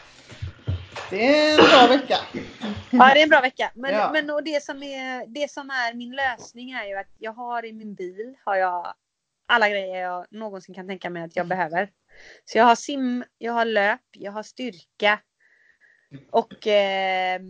Det är en bra vecka. Ja, det är en bra vecka. Men, Ja. men och det, som är, det som är min lösning är ju att jag har i min bil har jag alla grejer jag någonsin kan tänka mig att jag behöver. Så jag har sim, jag har löp, jag har styrka. Och eh,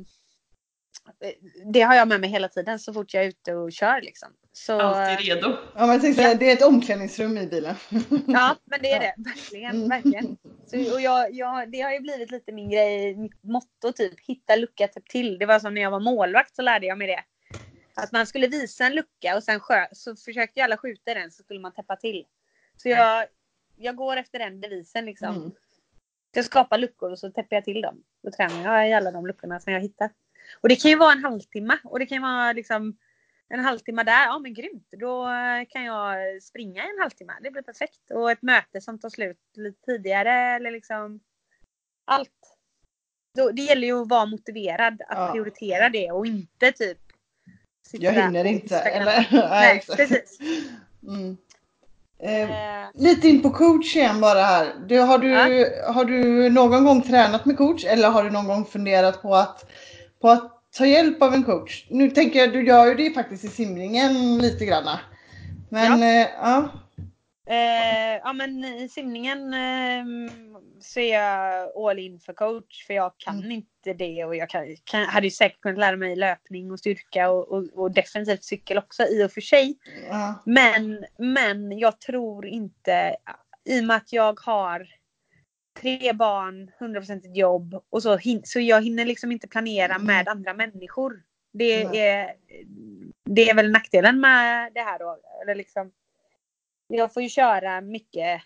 det har jag med mig hela tiden så fort jag är ute och kör liksom. Så, Alltid redo. Ja, men jag tänkte, Ja. det är ett omklädningsrum i bilen. Ja, men det är Ja. det. Verkligen, Mm. verkligen. Så, och jag, jag, det har ju blivit lite min grej, mitt motto typ. Hitta lucka, täpp till. Det var som när jag var målvakt så lärde jag mig det. Att man skulle visa en lucka och sen skö, så försökte ju alla skjuta den så skulle man täppa till. Så jag, jag går efter den devisen liksom. Mm. Jag skapar luckor och så täpper jag till dem. Då tränar jag i alla de luckorna som jag hittar. Och det kan ju vara en halvtimme. Och det kan ju vara liksom en halvtimme där. Ja men grymt. Då kan jag springa en halvtimme. Det blir perfekt. Och ett möte som tar slut lite tidigare. Eller liksom allt. Då, det gäller ju att vara motiverad. Att Ja. prioritera det. Och inte typ sitta Jag hinner på inte. Instagram. Eller? Nej, exakt. precis. Mm. Eh, Eh, lite in på coach igen bara här. Du, har, du, Ja. har du någon gång tränat med coach eller har du någon gång funderat på att, på att ta hjälp av en coach? Nu tänker jag, du gör ju det faktiskt i simningen lite grann. Men Ja. eh, ja. Eh, ja men i simningen eh, så är jag all in för coach för jag kan Mm. inte det och jag kan, kan, hade ju säkert kunnat lära mig löpning och styrka och, och, och defensivt cykel också i och för sig. Ja. Men, men jag tror inte, i och med att jag har tre barn, hundra procent jobb och så, hin, så jag hinner liksom inte planera Mm. med andra människor. Det, Nej. är, det är väl nackdelen med det här då. Eller liksom, jag får ju köra mycket.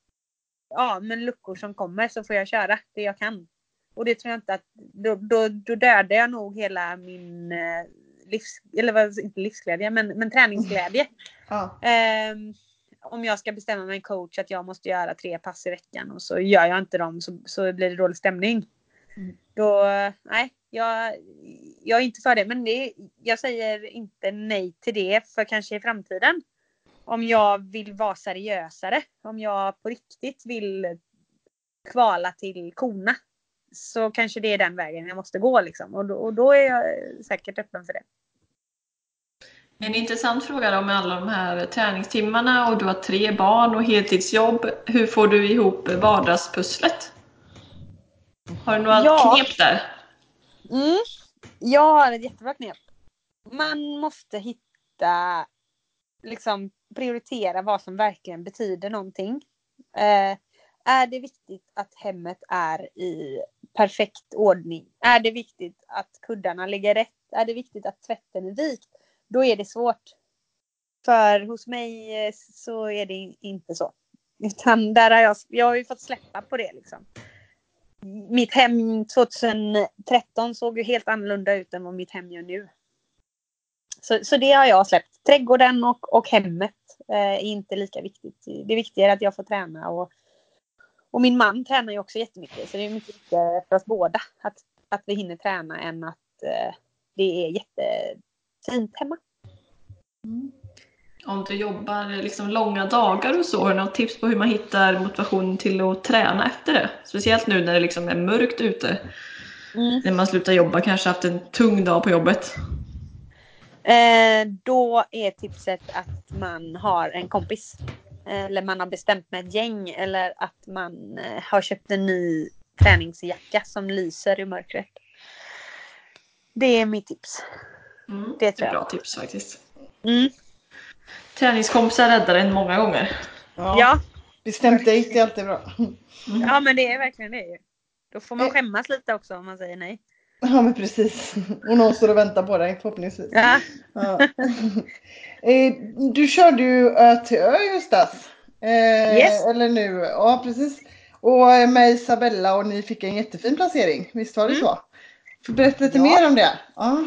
Ja, men luckor som kommer så får jag köra det jag kan. Och det tror jag inte att då, då, då dödar jag nog hela min eh, livs, eller vad, inte livsglädje men, men träningsglädje. Ja. Eh, om jag ska bestämma mig en coach att jag måste göra tre pass i veckan och så gör jag inte dem så, så blir det dålig stämning. Mm. Då, nej, jag, jag är inte för det. Men det, jag säger inte nej till det för kanske i framtiden. Om jag vill vara seriösare. Om jag på riktigt vill kvala till korna. Så kanske det är den vägen jag måste gå. Liksom. Och, då, och då är jag säkert öppen för det. En intressant fråga då med alla de här träningstimmarna och du har tre barn och heltidsjobb. Hur får du ihop vardagspusslet? Har du några Ja. knep där? Mm. Jag har ett jättebra knep. Man måste hitta, liksom prioritera vad som verkligen betyder någonting. Eh, är det viktigt att hemmet är i perfekt ordning? Är det viktigt att kuddarna ligger rätt? Är det viktigt att tvätten är vikt? Då är det svårt. För hos mig så är det inte så. Utan där har jag, jag har ju fått släppa på det liksom. Mitt hem tjugohundratretton såg ju helt annorlunda ut än vad mitt hem gör nu. Så, så det har jag släppt. Trädgården och, och hemmet eh, är inte lika viktigt. Det är viktigare att jag får träna. Och, och min man tränar ju också jättemycket. Så det är mycket viktigare för oss båda att, att vi hinner träna än att eh, det är jättefint hemma. Mm. Om du jobbar liksom långa dagar och så, har du något tips på hur man hittar motivation till att träna efter det? Speciellt nu när det liksom är mörkt ute. Mm. När man slutar jobba, kanske haft en tung dag på jobbet. Eh, då är tipset att man har en kompis. Eller man har bestämt med ett gäng. Eller att man eh, har köpt en ny träningsjacka som lyser i mörkret. Det är mitt tips. Mm, Det det tror är jag. bra tips faktiskt. Mm. Träningskompisar räddar en många gånger. Ja. Ja. Bestämt dejt är alltid bra. Mm. Ja, men det är verkligen det. Då får man Eh. skämmas lite också om man säger nej. Ja men precis. Och någon står och väntar på dig förhoppningsvis. Ja. Ja. eh, du körde ju Ö till Ö i höstas. Eh, Yes. Eller nu. Ja precis. Och med Isabella och ni fick en jättefin placering. Visst var det Mm. så? Får berätta lite Ja. mer om det. Ja.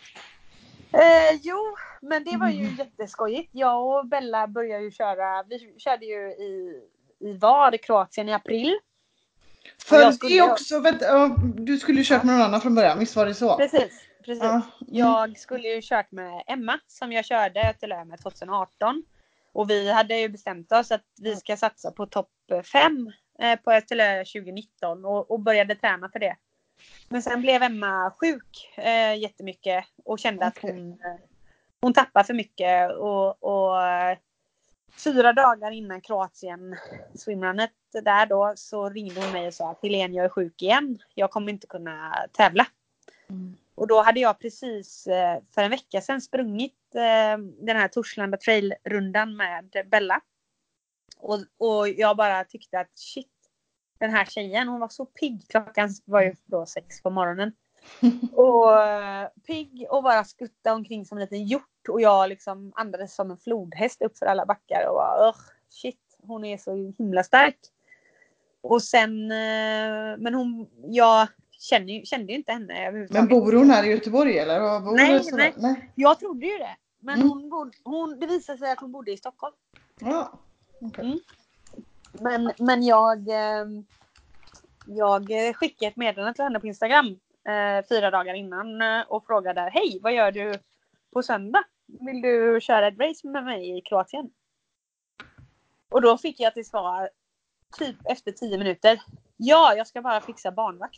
Eh, jo, men det var ju jätteskojigt. Jag och Bella började ju köra. Vi körde ju i, i Var, i Kroatien i april. För jag skulle det är också, vänta, ja, du skulle ju kört Ja. med någon annan från början, visst var det så? Precis, precis. Ja. Mm. Jag skulle ju kört med Emma som jag körde till med tjugoarton. Och vi hade ju bestämt oss att vi ska satsa på topp fem på Ö T L Ö tjugonitton och, och började träna för det. Men sen blev Emma sjuk eh, jättemycket och kände Okay. att hon, eh, hon tappade för mycket. Och, och fyra dagar innan Kroatien swimrunnet där då så ringde hon mig och sa att Helene, jag är sjuk igen. Jag kommer inte kunna tävla. Mm. Och då hade jag precis eh, för en vecka sedan sprungit eh, den här Torslanda trailrundan med Bella. Och, och jag bara tyckte att shit, den här tjejen, hon var så pigg. Klockan var ju då sex på morgonen. Och uh, pigg och bara skutta omkring som en liten hjort. Och jag liksom andades som en flodhäst upp för alla backar. Och bara, oh, shit, hon är så himla stark. Och sen, uh, men hon, jag kände, kände ju inte henne överhuvudtaget. Men bor hon här i Göteborg eller? Vad bor nej, nej, nej, jag trodde ju det. Men mm. hon, bod, hon, det visade sig att hon bodde i Stockholm. Ja, okay. mm. Men, men jag... Uh, Jag skickade ett meddelande till henne på Instagram eh, fyra dagar innan eh, och frågade hej, vad gör du på söndag? Vill du köra ett race med mig i Kroatien? Och då fick jag till svar typ efter tio minuter. Ja, jag ska bara fixa barnvakt.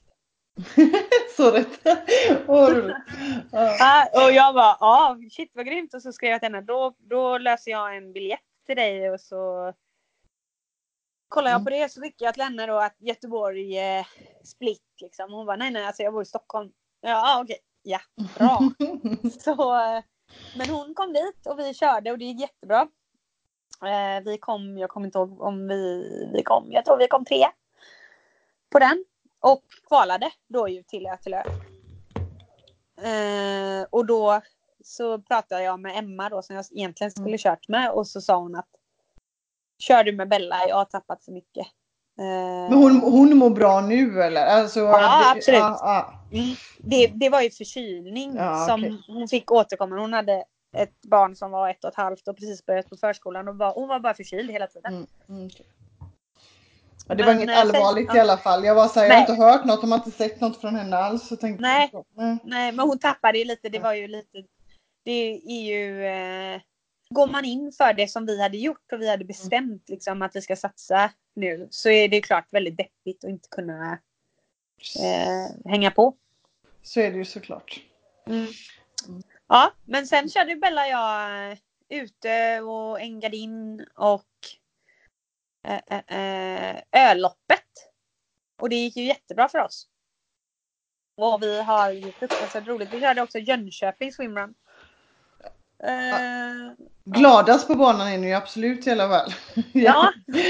Så rätt. oh, ja. Och jag bara, ja, shit vad grymt. Och så skrev jag till henne, då, då löser jag en biljett till dig och så... Kollar jag på det så fick jag till henne då att Göteborg eh, split liksom. Hon var nej nej alltså jag bor i Stockholm. Ja okej, ja bra. så, eh, men hon kom dit och vi körde och det gick jättebra. Eh, vi kom, jag kommer inte ihåg om vi, vi kom, jag tror vi kom tre på den. Och kvalade då ju till Ö T L Ö. Eh, och då så pratade jag med Emma då som jag egentligen skulle kört med och så sa hon att kör du med Bella? Jag har tappat så mycket. Men hon, hon mår bra nu eller? Alltså, ja, det, absolut. Ah, ah. Mm. Det, det var ju förkylning Ja, som okay. hon fick återkomma. Hon hade ett barn som var ett och ett halvt och precis börjat på förskolan. Och var, hon var bara förkyld hela tiden. Mm. Mm, okay. Ja, det var Men, inget allvarligt sen, i alla fall. Jag var så här, jag nej. har inte hört något, de har inte sett något från henne alls. Så tänkte Nej. jag så. Mm. nej, men hon tappade ju lite. Det var ju lite... Det är ju... Eh, går man in för det som vi hade gjort och vi hade bestämt liksom, att vi ska satsa nu så är det klart väldigt deppigt att inte kunna eh, hänga på. Så är det ju såklart. Mm. Ja, men sen körde Bella jag ute och ängade in och äh, äh, ölloppet. Och det gick ju jättebra för oss. Och vi har ju fruktansvärt roligt. Vi körde också Jönköping swimrun. Ja. Uh, Gladast på banan är ni ju absolut i alla fall. ja.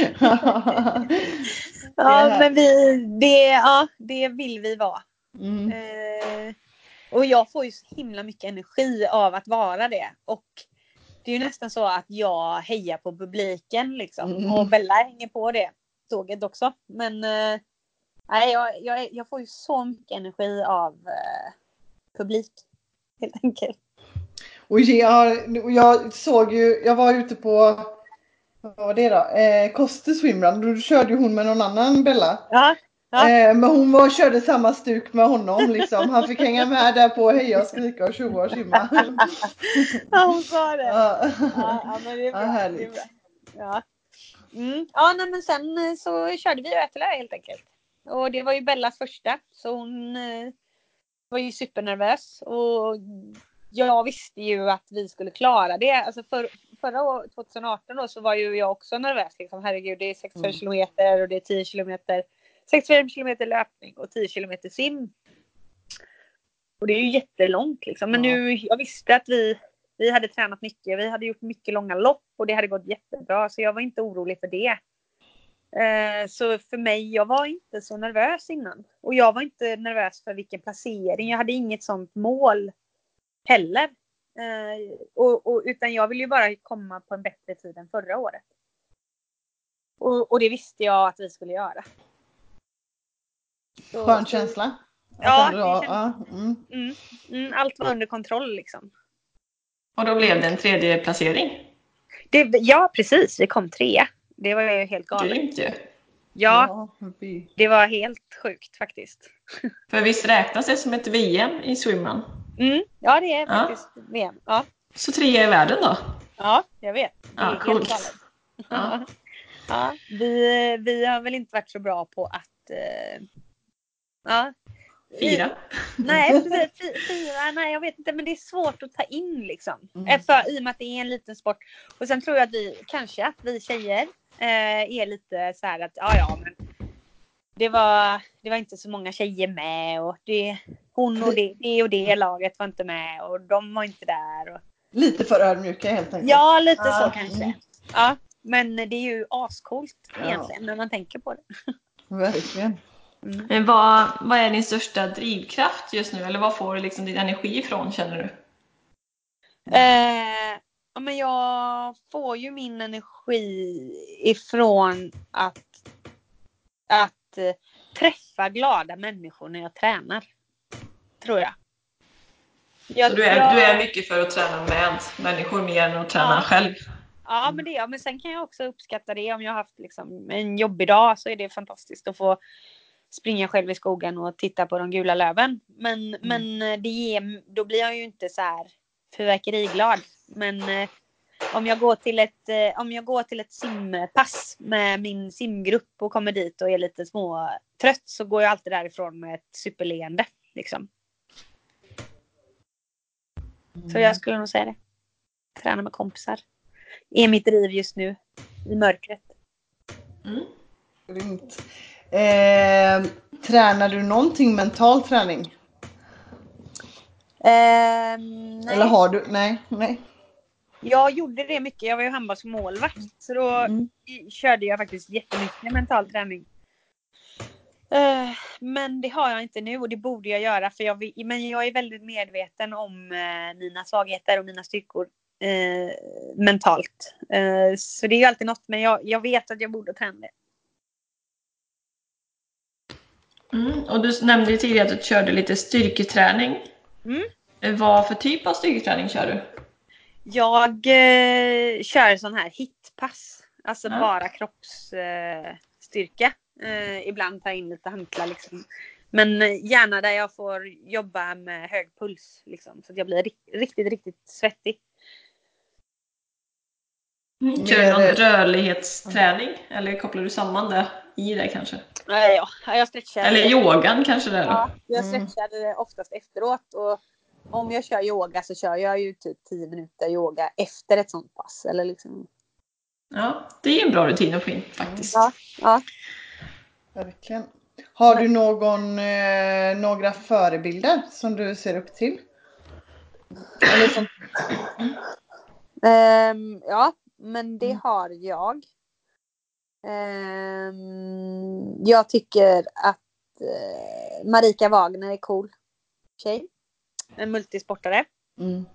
ja, men vi, det, ja, det vill vi vara. Mm. Uh, och jag får ju så himla mycket energi av att vara det. Och det är ju nästan så att jag hejar på publiken liksom. Mm. Och Bella hänger på det tåget också. Men uh, nej, jag, jag, jag får ju så mycket energi av uh, publik. Helt enkelt. Och jag, jag såg ju, jag var ute på, vad var det då? Eh, Koster swimrun. Då körde ju hon med någon annan Bella. Ja. Ja. Eh, men hon var, körde samma stuk med honom liksom. Han fick hänga med där på heja och skrika och tjoa och simma. Ja, hon sa det. Ja, ja, ja men det är bra. ja, härligt. Det är bra. Ja, mm. ja nej, men sen så körde vi Ö T L Ö helt enkelt. Och det var ju Bellas första. Så hon eh, var ju supernervös. Och jag visste ju att vi skulle klara det. Alltså för, förra året, tjugoarton då, så var ju jag också nervös. Liksom. Herregud, det är sextiofem mm. kilometer och det är tio kilometer. sextiofem kilometer löpning och tio kilometer sim. Och det är ju jättelångt liksom. Men ja. nu, jag visste att vi, vi hade tränat mycket. Vi hade gjort mycket långa lopp och det hade gått jättebra. Så jag var inte orolig för det. Eh, så för mig, jag var inte så nervös innan. Och jag var inte nervös för vilken placering. Jag hade inget sånt mål heller. Eh, och, och, utan jag ville ju bara komma på en bättre tid än förra året. Och, och det visste jag att vi skulle göra. Så, skön känsla. Ja, det ja känns, mm. Mm, mm, allt var under kontroll liksom. Och då blev det en tredje placering? Det, ja, precis. Vi kom tre. Det var ju helt galet. Grymt ju. Ja, Ja, vi- det var helt sjukt faktiskt. För visst räknas det som ett V M i swimrun? Mm, ja, det är Ja. faktiskt V M. Ja, Så trea i världen då? ja jag vet. Det Ja, är coolt. helt galet. Ja. Ja, vi, vi har väl inte varit så bra på att... Eh, ja. Fyra. Nej, precis. Fy- Fyra, nej jag vet inte. Men det är svårt att ta in liksom. Mm. För, I och med att det är en liten sport. Och sen tror jag att vi, kanske att vi tjejer eh, är lite så här att ja ja men det var, det var inte så många tjejer med. Och det, hon och det, det och det laget var inte med. Och de var inte där. Och, Lite för ödmjuka helt enkelt. ja, lite Ja, så kanske. mm. Ja, men det är ju ascoolt Ja. egentligen när man tänker på det. Verkligen. Men vad, vad är din största drivkraft just nu? Eller vad får du liksom din energi ifrån, känner du? Eh, ja, men jag får ju min energi ifrån att, att eh, träffa glada människor när jag tränar. Tror jag. jag Så du är, jag, du är mycket för att träna med människor mer än att träna Ja. själv? Ja, men det är jag. Men sen kan jag också uppskatta det. Om jag har haft liksom en jobbig dag så är det fantastiskt att få springa själv i skogen och titta på de gula löven. Men, Mm. men det ger, då blir jag ju inte så här fyrverkeriglad. Men eh, om jag går till ett eh, om jag går till ett simpass med min simgrupp och kommer dit och är lite små trött så går jag alltid därifrån med ett superleende liksom. Så jag skulle nog säga det. Träna med kompisar. Är mitt driv just nu i mörkret. Mm. Grymt. Eh, tränar du någonting mental träning? Ehm, nej. Eller har du? Nej, nej. Jag gjorde det mycket. Jag var ju handbollsmålvakt. Så då Mm. körde jag faktiskt jättemycket mental träning. Uh, men det har jag inte nu och det borde jag göra. För jag, vill, men jag är väldigt medveten om uh, mina svagheter och mina styrkor uh, mentalt. Uh, så det är ju alltid något. Men jag, jag vet att jag borde träna det. Mm. Och du nämnde ju tidigare att du körde lite styrketräning. Mm. Vad för typ av styrketräning kör du? Jag uh, kör sån här hitpass. Alltså Ja. bara kroppsstyrka. Uh, ibland tar jag in lite hantlar liksom. Men gärna där jag får jobba med hög puls. Liksom, så att jag blir riktigt, riktigt svettig. Mm. Kör du någon rörlighetsträning? Eller kopplar du samman det i det kanske? Ja, jag stretchar. Eller yogan kanske det är? Ja, jag Mm. stretchar oftast efteråt. Och om jag kör yoga så kör jag ju typ tio minuter yoga efter ett sånt pass. Eller liksom. Ja, det är en bra rutin att få in faktiskt. Ja, ja. Verkligen. Har du någon, eh, några förebilder som du ser upp till? Eller som... Um, ja, men det har jag. Um, jag tycker att uh, Marika Wagner är cool tjej. En multisportare. Mm.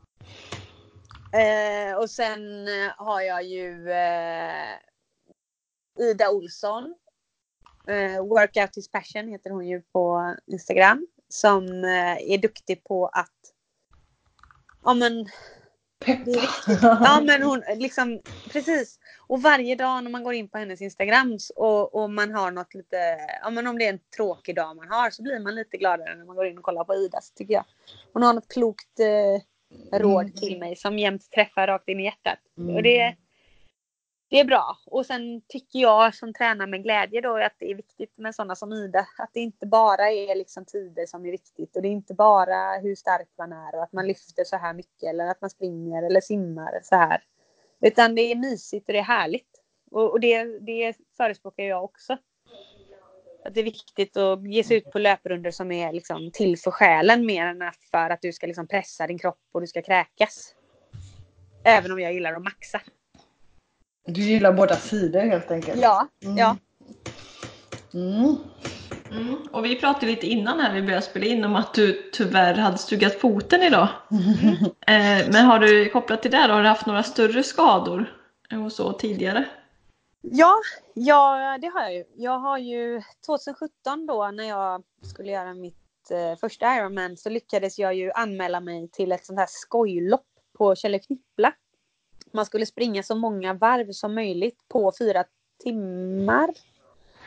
Uh, och sen uh, har jag ju uh, Ida Olsson. Uh, Workout is passion heter hon ju på Instagram. Som uh, är duktig på att ja men Pepp. det är riktigt. Ja men hon liksom precis. Och varje dag när man går in på hennes Instagram och, och man har något lite ja men om det är en tråkig dag man har så blir man lite gladare när man går in och kollar på Idas tycker jag. Hon har något klokt eh, råd Mm. till mig som jämt träffar rakt in i hjärtat. Mm. Och det Det är bra. Och sen tycker jag som tränar med glädje då att det är viktigt med sådana som Ida. Att det inte bara är liksom tider som är viktigt. Och det är inte bara hur stark man är och att man lyfter så här mycket. Eller att man springer eller simmar så här. Utan det är mysigt och det är härligt. Och, och det, det förespråkar jag också. Att det är viktigt att ge sig ut på löprundor som är liksom till för själen mer än för att du ska liksom pressa din kropp och du ska kräkas. Även om jag gillar att maxa. Du gillar båda sidor helt enkelt. Ja, Mm. ja. Mm. Mm. Och vi pratade lite innan här vi började spela in om att du tyvärr hade stugat foten idag. Mm. Eh, men har du kopplat till det då? Har du haft några större skador och så tidigare? Ja, ja, det har jag ju. Jag har ju tjugohundrasjutton då när jag skulle göra mitt eh, första Ironman så lyckades jag ju anmäla mig till ett sånt här skojlopp på Källeknippla. Man skulle springa så många varv som möjligt på fyra timmar.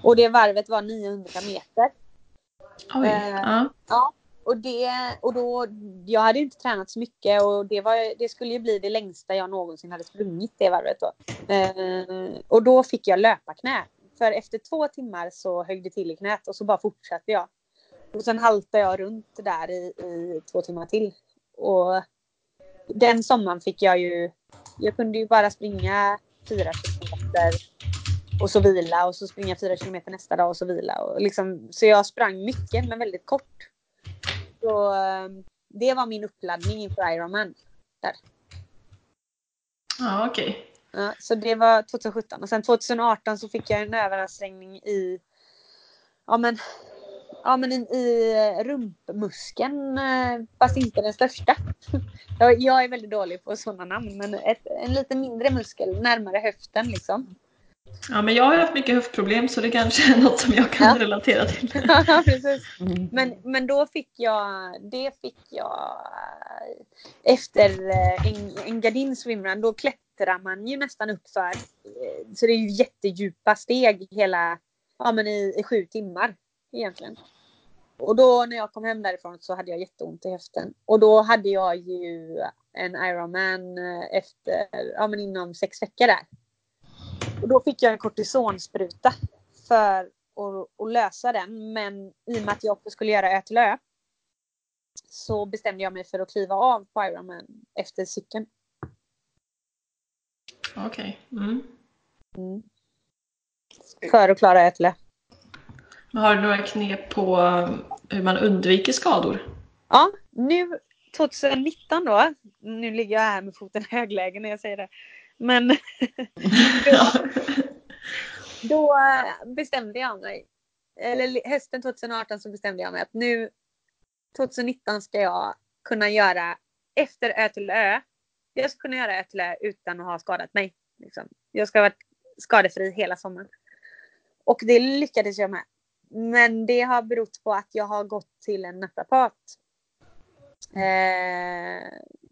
Och det varvet var niohundra meter. Oj, eh, ja. ja. Och, det, och då, jag hade ju inte tränat så mycket och det, var, det skulle ju bli det längsta jag någonsin hade sprungit det varvet då. Eh, och då fick jag löparknä. För efter två timmar så högg det till i knät och så bara fortsatte jag. Och sen haltade jag runt där i, i två timmar till. Och den sommaren fick jag ju, jag kunde ju bara springa fyra kilometer och så vila och så springa fyra kilometer nästa dag och så vila. Och liksom, så jag sprang mycket men väldigt kort. Så det var min uppladdning inför Ironman där. Ja, okej. Okay. Ja, så det var tjugohundrasjutton och sen tjugohundraarton så fick jag en överansträngning i ja men ja men i, i rumpmuskeln, fast inte den största. Jag, jag är väldigt dålig på sådana namn, men ett, en lite mindre muskel närmare höften liksom. Ja, men jag har haft mycket höftproblem så det kanske är något som jag kan Ja. relatera till. Ja, precis. Men, men då fick jag, det fick jag efter en, en Gardin swimrun, då klättrar man ju nästan upp för, så det är ju jättedjupa steg hela, ja men i, i sju timmar egentligen. Och då när jag kom hem därifrån så hade jag jätteont i höften. Och då hade jag ju en Ironman efter, ja men inom sex veckor där. Och då fick jag en kortisonspruta för att, att lösa den. Men i och med att jag också skulle göra Ö till Ö så bestämde jag mig för att kliva av på Ironman efter cykeln. Okej. Okay. Mm. Mm. För att klara Ö till Ö. Men har du några knep på hur man undviker skador? Ja, nu tjugonitton då. Nu ligger jag här med foten högläge när jag säger det. Men då, då bestämde jag mig. Eller hösten tjugoarton så bestämde jag mig att nu tjugonitton ska jag kunna göra efter Ö till Ö. Jag ska kunna göra Ö till Ö utan att ha skadat mig. Liksom. Jag ska vara skadefri hela sommaren. Och det lyckades jag med. Men det har berott på att jag har gått till en naprapat. Eh,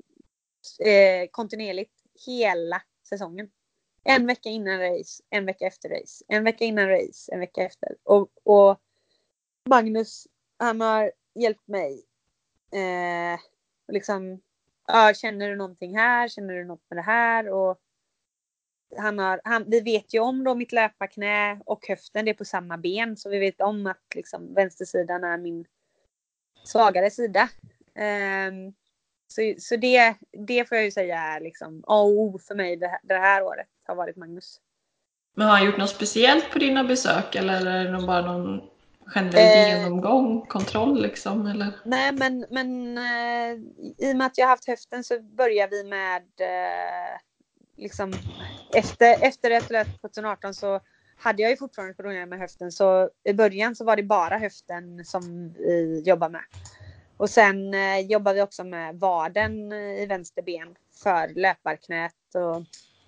eh, kontinuerligt hela säsongen. En vecka innan race, en vecka efter race, en vecka innan race, en vecka efter. Och, och Magnus, han har hjälpt mig. Eh, liksom, ja, känner du någonting här? Känner du något med det här? Och han har, han, vi vet ju om då mitt löparknä och höften, det är på samma ben. Så vi vet om att liksom, vänstersidan är min svagare sida. Um, så så det, det får jag ju säga är liksom A och O för mig det här, det här året har varit Magnus. Men har han gjort något speciellt på dina besök eller är det bara någon generell Eh, genomgång, kontroll liksom? Eller? Nej men, men eh, i och med att jag har haft höften så börjar vi med eh, liksom efter, efter tjugoarton så hade jag ju fortfarande problem med höften, så i början så var det bara höften som vi jobbade med. Och sen eh, jobbar vi också med vaden i vänster ben för löparknät. Och,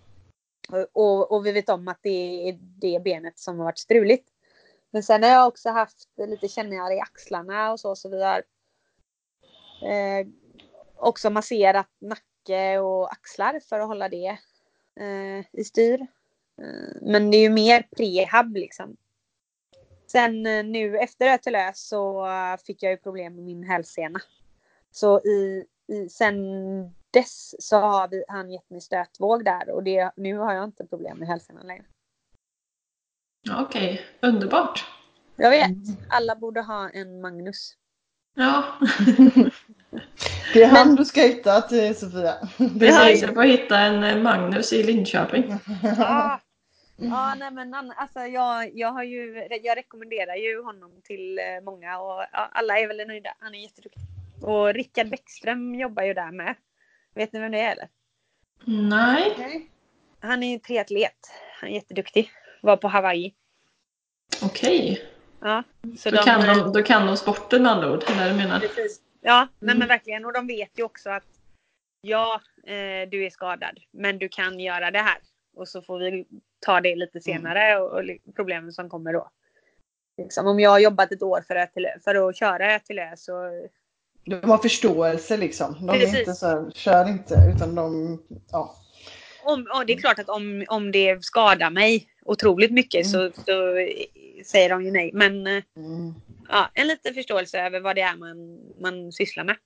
och, och vi vet om att det är det benet som har varit struligt. Men sen har jag också haft lite känningar i axlarna och så. Så vi har eh, också masserat nacke och axlar för att hålla det eh, i styr. Eh, men det är ju mer prehab liksom. Sen eh, nu efter Ö till Ö så fick jag ju problem med min hälsena. Så i, i, sen dess så har vi, han gett mig stötvåg där. Och det, nu har jag inte problem med hälsan längre. Ja, okej, okay. Underbart. Jag vet, alla borde ha en Magnus. Ja. Det är han Men... du ska hitta till Sofia. Precis, jag får hitta en Magnus i Linköping. Ja, ja nej men alltså jag, jag har ju, jag rekommenderar ju honom till många och ja, alla är väl nöjda. Han är jätteduktig. Och Rickard Bäckström jobbar ju där med. Vet ni vem det är eller? Nej. Okay. Han är ju triatlet. Han är jätteduktig. Var på Hawaii. Okej. Okay. Ja, så då, de, kan de, då kan de sporten med andra ord. Eller menar. Precis. Ja, mm. nej, men verkligen. Och de vet ju också att ja, eh, du är skadad. Men du kan göra det här. Och så får vi ta det lite senare. Mm. Och, och problemen som kommer då. Liksom, om jag har jobbat ett år för att, för att köra till det så... De har förståelse liksom. De Precis. är inte så här, kör inte. Utan de, ja. om, ja, det är klart att om, om det skadar mig otroligt mycket Mm. så, så säger de ju nej. Men Mm. ja, en liten förståelse över vad det är man, man sysslar med.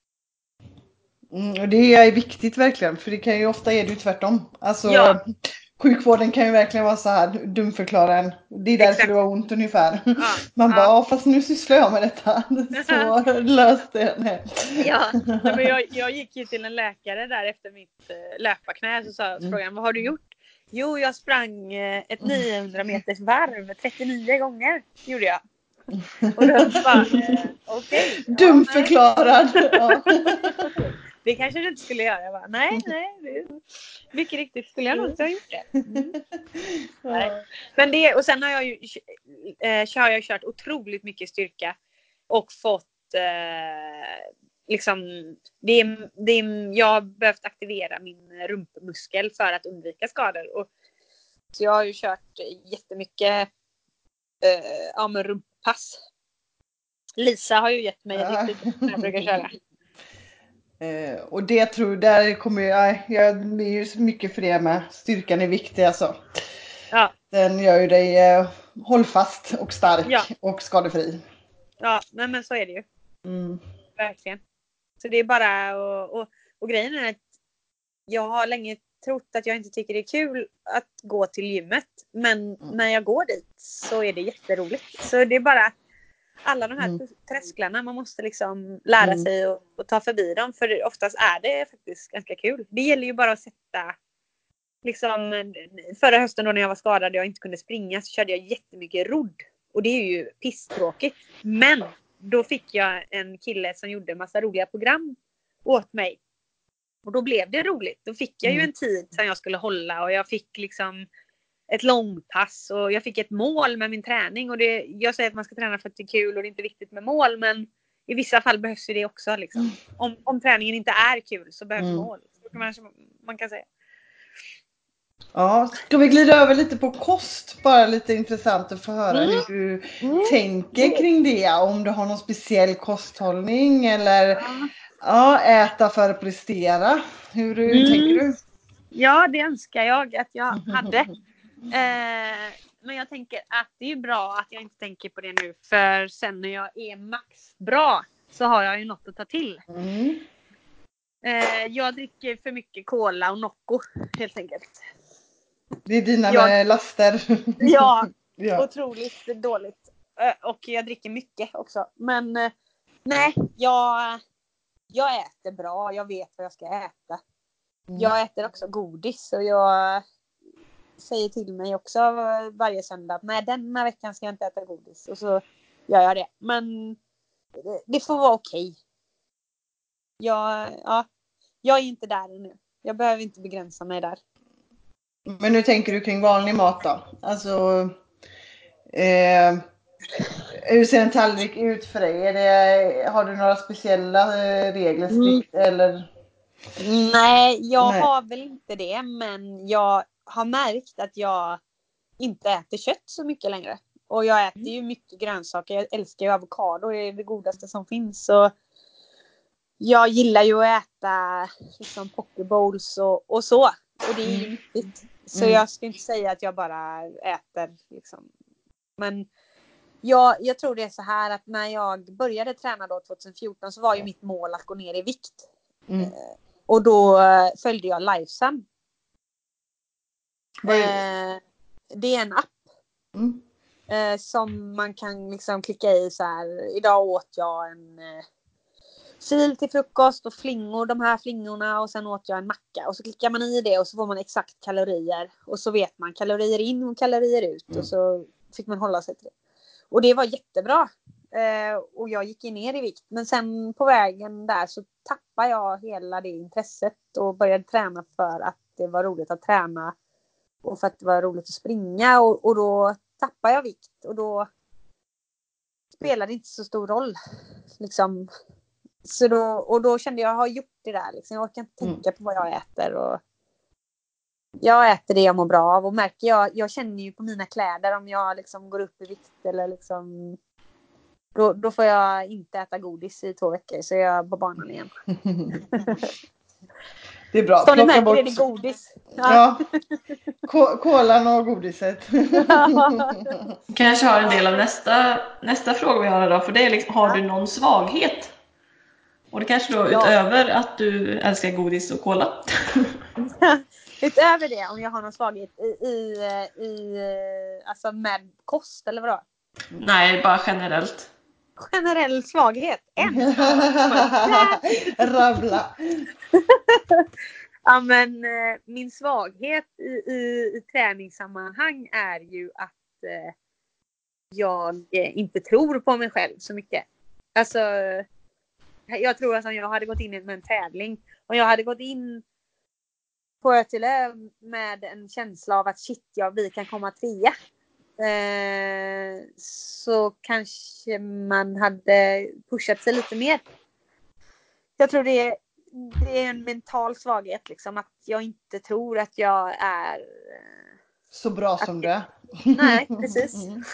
Mm, och det är viktigt verkligen, för det kan ju ofta är det ju tvärtom. Alltså Ja. sjukvården kan ju verkligen vara så här dumförklara en. Det är därför Exakt. det var ont ungefär. Ja, Man ja. bara, ja, fast nu sysslar jag med detta. Så löste jag det. Ja, nej, men jag, jag gick ju till en läkare där efter mitt äh, löparknä. Så sa så frågade han, vad har du gjort? Jo, jag sprang äh, ett niohundra meters varv trettionio gånger. Gjorde jag. Och då bara, äh, okej. Okay, dumförklarad. Ja, det kanske du inte skulle göra. Jag bara, nej, nej. Det, mycket riktigt skulle jag nog inte ha gjort det. Mm. Nej. Men det, och sen har jag ju äh, har jag kört otroligt mycket styrka. Och fått eh, liksom det är, det är, jag har behövt aktivera min rumpmuskel för att undvika skador. Och, så jag har ju kört jättemycket eh, ja, med rumppass. Lisa har ju gett mig Ja. riktigt när jag brukar köra. Eh, och det tror där kommer jag, jag är ju så mycket för det med. Styrkan är viktig alltså. Ja. Den gör ju dig eh, hållfast och stark Ja. och skadefri. Ja, nej, men så är det ju. Mm. Verkligen. Så det är bara och, och, och grejen är att jag har länge trott att jag inte tycker det är kul att gå till gymmet. Men mm. när jag går dit så är det jätteroligt. Så det är bara alla de här mm. trösklarna. Man måste liksom lära mm. sig att, att ta förbi dem. För oftast är det faktiskt ganska kul. Det gäller ju bara att sätta liksom, förra hösten då när jag var skadad och jag inte kunde springa så körde jag jättemycket rodd. Och det är ju pisstråkigt. Men då fick jag en kille som gjorde en massa roliga program åt mig. Och då blev det roligt. Då fick jag ju en tid som jag skulle hålla. Och jag fick liksom ett långpass. Och jag fick ett mål med min träning. Och det, jag säger att man ska träna för att det är kul och det är inte viktigt med mål. Men i vissa fall behövs ju det också. Liksom. Om, om träningen inte är kul så behövs mm. mål. Så kan man, man kan säga. Ja, ska vi glida över lite på kost? Bara lite intressant att få höra mm. hur du mm. tänker kring det. Om du har någon speciell kosthållning eller ja. Ja, äta för att prestera. Hur, hur mm. tänker du? Ja, det önskar jag att jag hade. Eh, men jag tänker att det är bra att jag inte tänker på det nu. För sen när jag är max bra så har jag ju något att ta till. Mm. Eh, jag dricker för mycket cola och Nocco helt enkelt. Det är dina jag, laster. Ja, ja, otroligt dåligt. Och jag dricker mycket också. Men nej, jag, jag äter bra. Jag vet vad jag ska äta. Mm. Jag äter också godis. Och jag säger till mig också varje söndag. Nej, denna veckan ska jag inte äta godis. Och så gör jag det. Men det får vara okej. Jag, ja, jag är inte där nu. Jag behöver inte begränsa mig där. Men nu tänker du kring vanlig mat då? Alltså, eh, hur ser en tallrik ut för dig? Är det, har du några speciella regler strikt mm. eller? Nej, jag Nej. har väl inte det. Men jag har märkt att jag inte äter kött så mycket längre. Och jag äter ju mycket grönsaker. Jag älskar ju avokado. Det är det godaste som finns. Så jag gillar ju att äta liksom pokebowls och, och så. Och det är ju nyttigt. Så mm. jag ska inte säga att jag bara äter liksom. Men jag, jag tror det är så här att när jag började träna då tjugohundrafjorton så var ju mitt mål att gå ner i vikt. Mm. Eh, och då följde jag Lifesum. Eh, det är en app. Mm. Eh, som man kan liksom klicka i så här. Idag åt jag en eh, fil till frukost och flingor, de här flingorna, och sen åt jag en macka. Och så klickar man i det och så får man exakt kalorier. Och så vet man kalorier in och kalorier ut. Mm. Och så fick man hålla sig till det. Och det var jättebra. Eh, och jag gick ner i vikt. Men sen på vägen där så tappade jag hela det intresset. Och började träna för att det var roligt att träna. Och för att det var roligt att springa. Och, och då tappade jag vikt. Och då spelade det inte så stor roll. Liksom. Så då, och då kände jag, jag har gjort det där. Liksom. Jag orkar inte tänka mm. på vad jag äter. Och jag äter det jag mår bra av. Och märker jag, jag känner ju på mina kläder om jag liksom går upp i vikt. Eller liksom, då, då får jag inte äta godis i två veckor. Så jag är på banan igen. Det är bra. Som ni Plocka märker bort... är det godis. Ja. Ko- kolan och godiset. Kanske har en del av nästa, nästa fråga vi har idag. För det är liksom, har Ja. du någon svaghet? Och det kanske då Ja. utöver att du älskar godis och cola. Utöver det, om jag har någon svaghet i, i, i alltså med kost eller vadå? Nej, bara generellt. Generell svaghet. En. Rabbla. Ja, men eh, min svaghet i, i, i träningssammanhang är ju att eh, jag eh, inte tror på mig själv så mycket. Alltså, jag tror att om jag hade gått in med en tävling och jag hade gått in på Ötelö med en känsla av att shit, ja, vi kan komma trea. Eh, så kanske man hade pushat sig lite mer. Jag tror det är, det är en mental svaghet liksom, att jag inte tror att jag är Så bra som du är. nej, precis.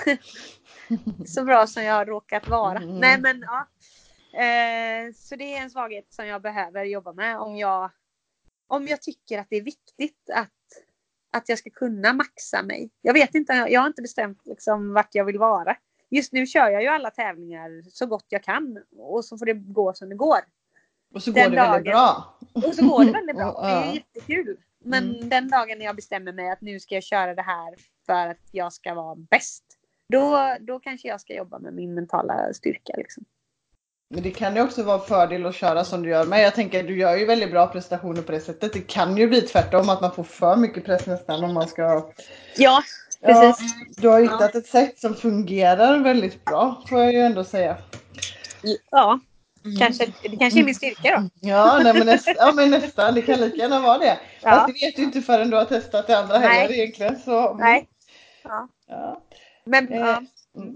Så bra som jag har råkat vara. Mm. Nej, men ja. Eh, så det är en svaghet som jag behöver jobba med om jag om jag tycker att det är viktigt att att jag ska kunna maxa mig. Jag vet inte, jag har inte bestämt liksom vart jag vill vara. Just nu kör jag ju alla tävlingar så gott jag kan och så får det gå som det går. Och så Den går det dagen, väldigt bra. Och så går det väldigt bra. Ja. Det är ju jättekul. Men Mm. den dagen när jag bestämmer mig att nu ska jag köra det här för att jag ska vara bäst. Då, då kanske jag ska jobba med min mentala styrka. Liksom. Men det kan ju också vara fördel att köra som du gör. Men jag tänker att du gör ju väldigt bra prestationer på det sättet. Det kan ju bli tvärtom att man får för mycket press nästan om man ska... Ja, precis. Ja, du har hittat ett sätt som fungerar väldigt bra, får jag ju ändå säga. Ja, kanske, det kanske är min styrka då. Ja, nej, men, nästa, ja men nästan, det kan lika gärna vara det. Ja. Fast det vet du inte förrän du har testat det andra Nej. heller egentligen. Så, mm. Nej. Ja. Ja. Men, Eh, ja.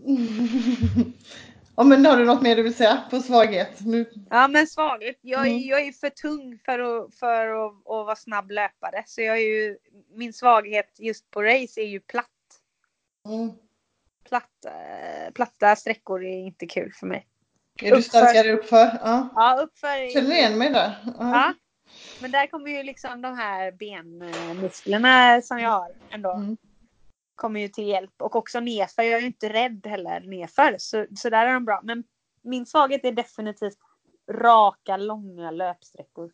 mm. Ja, men har du något mer du vill säga på svaghet? Nu. Ja, men svaghet. Jag, är- Mm. jag är för tung för att, för att, att vara snabb löpare. Så jag är ju, min svaghet just på race är ju platt. Mm. platt eh, platta sträckor är inte kul för mig. Är du Uppför. starkare uppför? Ja. Ja, uppför. Känner du igen mig där? Ja. Men där kommer ju liksom de här benmusklerna som jag har ändå. Mm. Kommer ju till hjälp. Och också nerför. Jag är ju inte rädd heller nerför. Så, så där är de bra. Men min svaghet är definitivt raka, långa löpsträckor.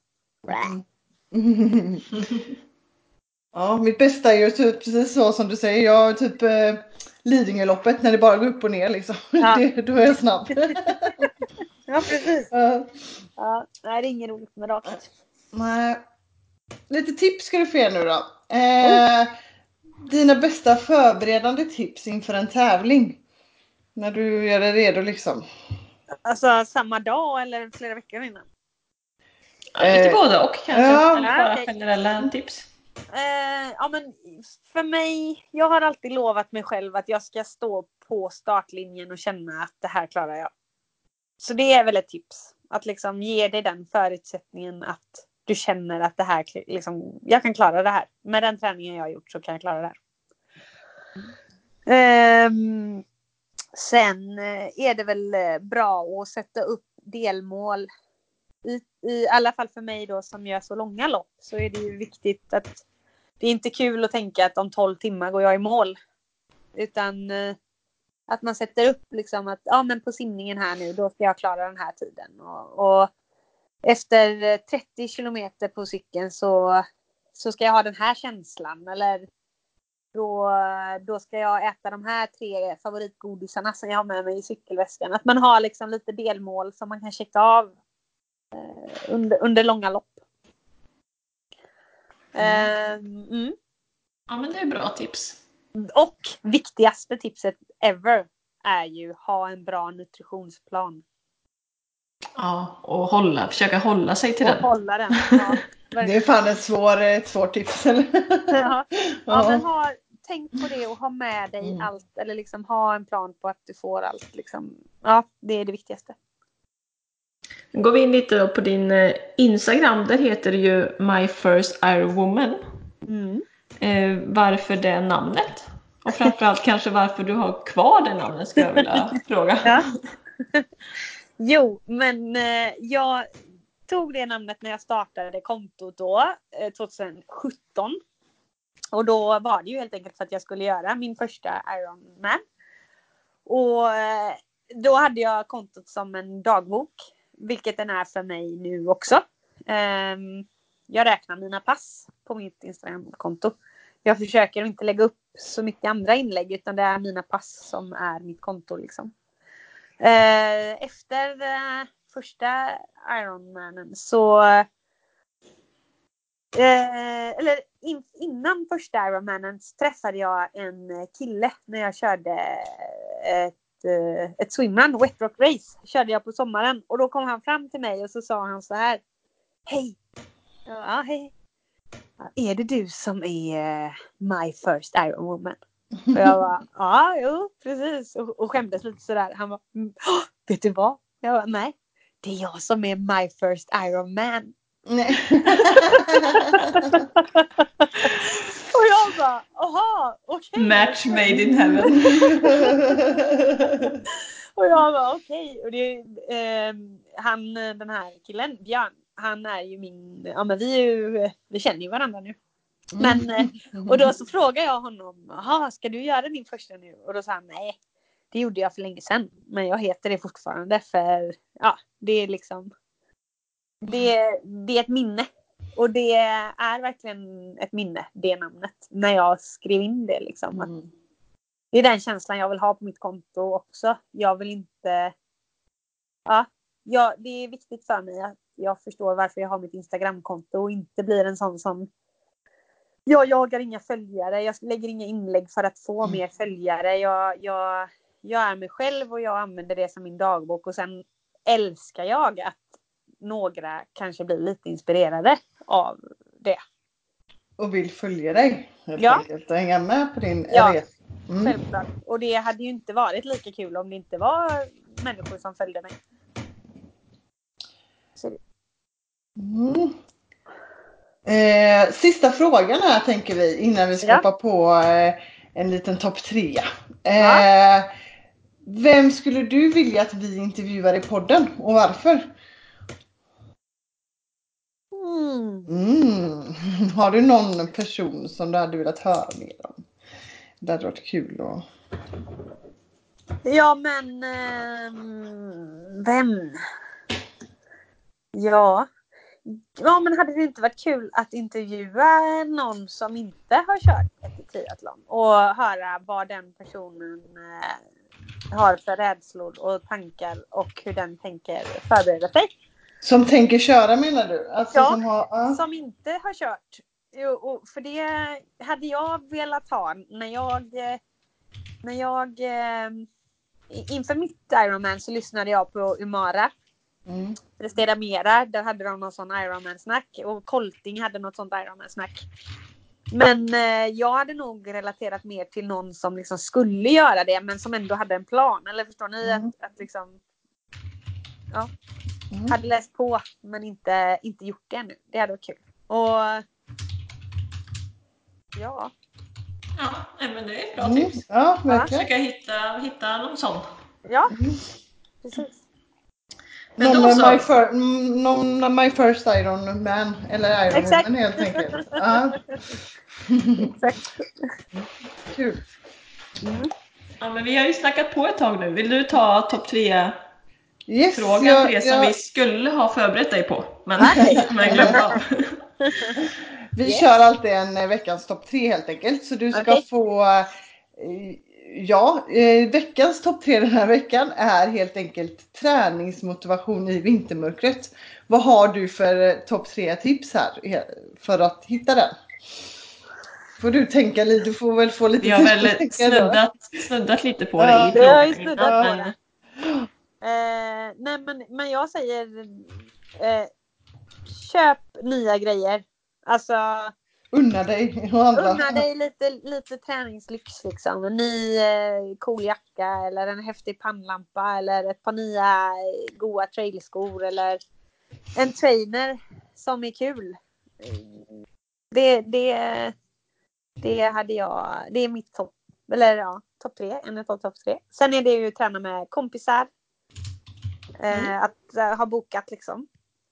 Mm. Ja, mitt bästa är ju typ precis så som du säger. Jag har typ eh, Lidingöloppet när det bara går upp och ner liksom. Ja. Det, då är jag snabb. Ja, precis. Ja. Ja, nej, det är ingen roligt med rakt. Nej. Lite tips ska du få nu då. Eh, dina bästa förberedande tips inför en tävling. När du gör dig redo liksom. Alltså samma dag eller flera veckor innan? Ja, lite Eh, både och kanske. ja. Eller bara okej. generella tips. Eh, ja, men för mig, jag har alltid lovat mig själv att jag ska stå på startlinjen och känna att det här klarar jag. Så det är väl ett tips. Att liksom ge dig den förutsättningen att du känner att det här, liksom, jag kan klara det här. Med den träningen jag har gjort så kan jag klara det här. Um, sen är det väl bra att sätta upp delmål. I, I alla fall för mig då som gör så långa lopp så är det ju viktigt att det är inte kul att tänka att om tolv timmar går jag i mål. Utan att man sätter upp liksom att ja, men på simningen här nu då ska jag klara den här tiden. Och, och efter trettio kilometer på cykeln så, så ska jag ha den här känslan. Eller då, då ska jag äta de här tre favoritgodisarna som jag har med mig i cykelväskan. Att man har liksom lite delmål som man kan checka av eh, under, under långa lopp. Mm. Uh, mm. Ja, men det är bra tips. Och viktigaste tipset ever är ju ha en bra nutritionsplan. Ja, och hålla, försöka hålla sig till och den. hålla den. Ja, det är fan ett svår, ett svårt tips. Eller? ja. Ja. Ja, men ha, tänk på det och ha med dig Mm. allt. Eller liksom ha en plan på att du får allt. Liksom. Ja, det är det viktigaste. Går vi in lite då på din Instagram. Där heter det ju My First Iron Woman. Mm. Eh, varför det namnet? Och framförallt kanske varför du har kvar det namnet skulle jag vilja fråga. Ja. Jo, men eh, jag, tog det namnet när jag startade kontot då, tjugohundrasjutton. Och då var det ju helt enkelt för att jag skulle göra min första Ironman. Och då hade jag kontot som en dagbok, vilket den är för mig nu också. Jag räknar mina pass på mitt Instagram-konto. Jag försöker inte lägga upp så mycket andra inlägg, utan det är mina pass som är mitt konto liksom. Efter första Ironmanen så Eh, eller in, innan första Ironmanen träffade jag en kille när jag körde ett, ett swimrun, wet rock race. Körde jag på sommaren och då kom han fram till mig och så sa han så här: hej! Ja, hej! Är det du som är my first Ironwoman? Och jag var, ja, jo, precis. Och, och skämdes lite sådär. Han var, vet du vad? Jag var, nej, det är jag som är my first Ironman. Nej. Och jag bara, aha, okej. Okay. Match made in heaven. Och jag bara, okej. Okay. Och det, eh, han, den här killen, Björn, han är ju min, ja men vi är ju, vi känner ju varandra nu. Men, eh, och då så frågade jag honom, aha, ska du göra din första nu? Och då sa han, nej, det gjorde jag för länge sedan. Men jag heter det fortfarande för, ja, det är liksom, det, det är ett minne. Och det är verkligen ett minne, det namnet. När jag skrev in det liksom. Mm. Det är den känslan jag vill ha på mitt konto också. Jag vill inte... Ja, jag, det är viktigt för mig att jag förstår varför jag har mitt Instagram-konto. Och inte blir en sån som... Jag jagar inga följare. Jag lägger inga inlägg för att få mm. mer följare. Jag, jag, jag är mig själv och jag använder det som min dagbok. Och sen älskar jag att några kanske blir lite inspirerade av det. Och vill följa dig helt ja. enkelt och hänga med på din ja, resa. Mm. Självklart. Och det hade ju inte varit lika kul om det inte var människor som följde mig. Så. Mm. Eh, sista frågan här tänker vi innan vi ska ja. hoppa på eh, en liten topp tre. Eh, ja. Vem skulle du vilja att vi intervjuar i podden och varför? Mm. Mm. Har du någon person som du hade velat höra mer om? Det hade varit kul att... Ja men eh, vem? Ja. Ja men hade det inte varit kul att intervjua någon som inte har kört ett triathlon och höra vad den personen eh, har för rädslor och tankar och hur den tänker förbereda sig. Som tänker köra menar du? Alltså, ja, som, har, uh. som inte har kört. Jo, och för det hade jag velat ha när jag när jag eh, inför mitt Ironman så lyssnade jag på Umara. Mm. Prestera mera, där hade de någon sån Ironman-snack och Colting hade något sånt Ironman-snack. Men eh, jag hade nog relaterat mer till någon som liksom skulle göra det men som ändå hade en plan. Eller förstår ni mm. att, att liksom ja, mm. hade läst på men inte, inte gjort det ännu. Det hade varit kul. Och ja. Ja, men det är ett bra mm. tips. Ja, verkligen. Försöka hitta, hitta någon sån. Ja, mm. precis. Men någon, då så... my fir- någon my first Iron Man eller Iron Exakt. Woman helt enkelt. Ja. Exakt. Kul. Mm. Ja, men vi har ju snackat på ett tag nu. Vill du ta topp tre yes, frågan jag, för det som jag... vi skulle ha förberett dig på? Men, men glömde av. Vi yes. kör alltid en veckans topp tre helt enkelt. Så du ska okay. få... Ja, eh, veckans topp tre den här veckan är helt enkelt träningsmotivation i vintermörkret. Vad har du för eh, topp tre tips här för att hitta den? Får du tänka lite, du får väl få lite... Vi har väl snuddat, snuddat lite på det ja, i frågan. Jag har ju snuddat på det. Eh, nej men, men jag säger eh, köp nya grejer. Alltså... Unna dig och andra. Unna dig lite, lite träningslyx liksom. En ny eh, cool jacka eller en häftig pannlampa eller ett par nya goa trailskor eller en trainer som är kul. Det, det, det hade jag, det är mitt topp, eller ja, topp tre, en av topp tre. Sen är det ju att träna med kompisar. Eh, mm. Att uh, ha bokat liksom.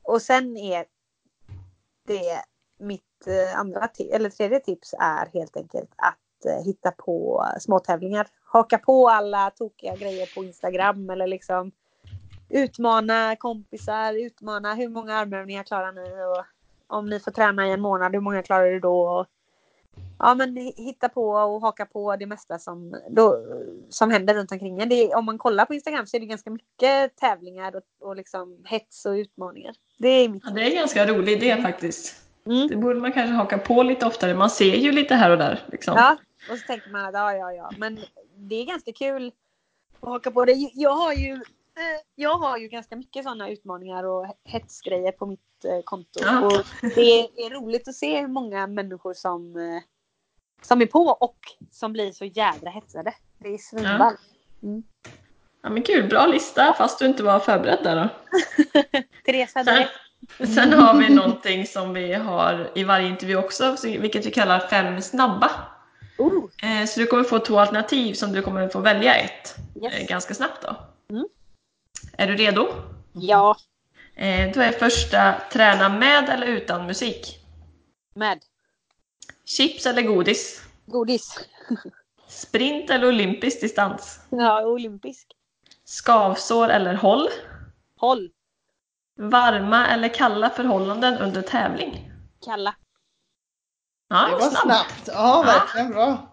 och sen är det mitt eh, andra ti- eller tredje tips är helt enkelt att eh, hitta på småtävlingar. Haka på alla tokiga grejer på Instagram eller liksom utmana kompisar, utmana hur många armövningar klarar ni och om ni får träna i en månad, hur många klarar du då? Och, ja, men hitta på och haka på det mesta som, då, som händer runt omkring en. Det är, om man kollar på Instagram så är det ganska mycket tävlingar och, och liksom hets och utmaningar. Det är mitt. Ja, det är en ganska rolig idé faktiskt. Mm. Det borde man kanske haka på lite oftare. Man ser ju lite här och där. Liksom. Ja, och så tänker man att ja, ja, ja. Men det är ganska kul att haka på det. Jag har ju, jag har ju ganska mycket sådana utmaningar och hetsgrejer på mitt eh, konto. Ja. Och det är roligt att se hur många människor som, eh, som är på och som blir så jädra hetsade. Det är svinball. Ja. Mm. Ja, men kul, bra lista fast du inte var förberedd där då. Therese hade Sen, det. sen har vi någonting som vi har i varje intervju också, vilket vi kallar fem snabba. Oh. Eh, Så du kommer få två alternativ som du kommer få välja ett Yes. eh, ganska snabbt då. Mm. Är du redo? Ja, Eh, Då är första träna med eller utan musik. med Chips eller godis. godis. Sprint eller olympisk distans. Ja, olympisk. Skavsår eller håll. Håll. Varma eller kalla förhållanden under tävling. Kalla. Ja, Det var snabb. snabbt. Ja, verkligen bra.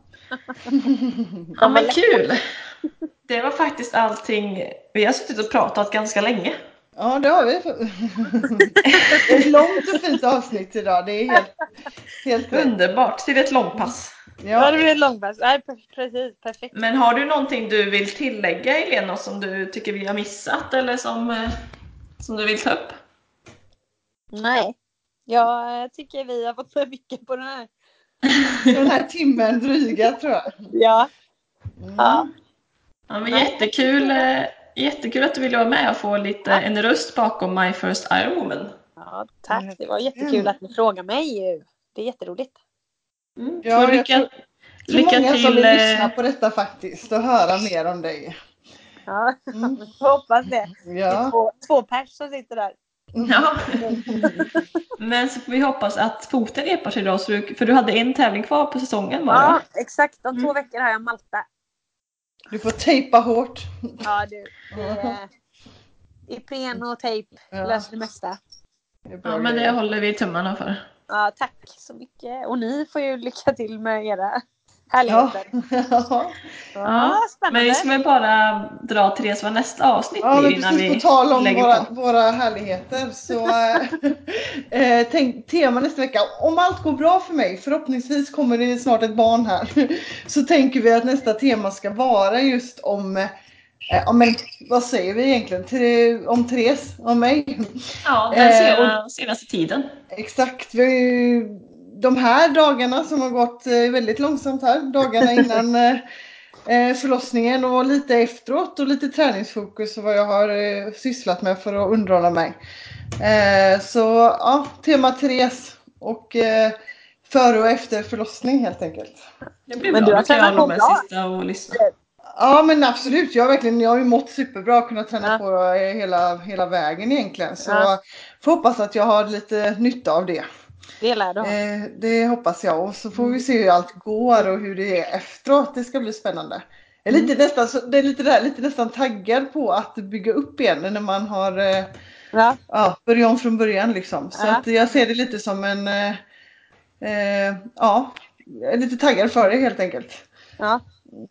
Ja, men kul. Det var faktiskt allting. Vi har suttit och pratat ganska länge. Ja, det har vi. Ett långt och fint avsnitt idag. Det är helt, helt rätt. Underbart. Till ett långpass. Ja, Ja, det blir ett långpass. Nej, precis. Perfekt. Men har du någonting du vill tillägga, Elena, som du tycker vi har missat eller som, eh, som du vill ta upp? Nej. Jag tycker vi har fått för mycket på den här. den här timmen dryga tror jag. Ja. Mm. Ja. Ja, men Nej, jättekul, eh, jättekul att du ville vara med och få lite Ja. en röst bakom My First Iron Woman. Ja, tack. Det var jättekul att ni frågade mig ju. Det är jätteroligt. Mm. Ja, Får lycka, jag tror, det är lycka många till. som vill eh, lyssna på detta faktiskt och höra mer om dig. Ja, Mm. jag hoppas det. Det är Ja. två, två pers som sitter där. Ja. Men så får vi hoppas att foten repar sig idag, så du, för du hade en tävling kvar på säsongen var det, Ja, va? exakt. Om två Mm. veckor har jag Malta. Du får tejpa hårt. Ja, du. Det, Ipren och tejp Ja. löser det mesta. Det är bra Ja, men det grejer. håller vi tummarna för. Ja, tack så mycket. Och ni får ju lycka till med era härligheter. Ja. Ja, Ja, spännande. men vi ska väl bara dra Therese vad nästa avsnitt Ja, men blir innan precis vi på tal om lägger våra, på. våra härligheter så eh, tänk, tema nästa vecka. Om allt går bra för mig, förhoppningsvis kommer det snart ett barn här, så tänker vi att nästa tema ska vara just om, eh, ja, men vad säger vi egentligen, Till, om Therese, om mig. Ja, den Eh, sena, senaste tiden. Exakt, vi har ju de här dagarna som har gått eh, väldigt långsamt här, dagarna innan eh, eh, förlossningen och lite efteråt och lite träningsfokus och vad jag har eh, sysslat med för att underhålla mig. Eh, så ja, tema Therese och eh, före och efter förlossning helt enkelt. Det blir Men bra, du har då kan jag tränat på hålla med bra. sista och lyssna. Ja men absolut, jag har verkligen, jag har ju mått superbra, kunnat träna Ja. på eh, hela, hela vägen egentligen. Så Ja. får hoppas att jag har lite nytta av det. Det lär du ha. Eh, det hoppas jag, och så får vi se hur allt går och hur det är efteråt. Det ska bli spännande. Jag är lite, nästan, så- det är lite, där, lite nästan taggad på att bygga upp igen när man har eh, Ja. ja, börjat om från början liksom. Så Ja. att jag ser det lite som en, eh, eh, ja, jag är lite taggad för det helt enkelt. Ja.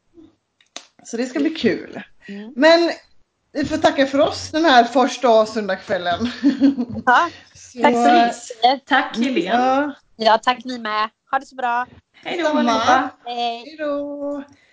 Så det ska bli kul. Mm. Men vi får tacka för oss den här första söndagskvällen. Ja. Så, Tack så mycket. Tack Helene. ja, Ja, tack ni med. Ha det så bra. Hej då Samma. allihopa. Hej. hej då.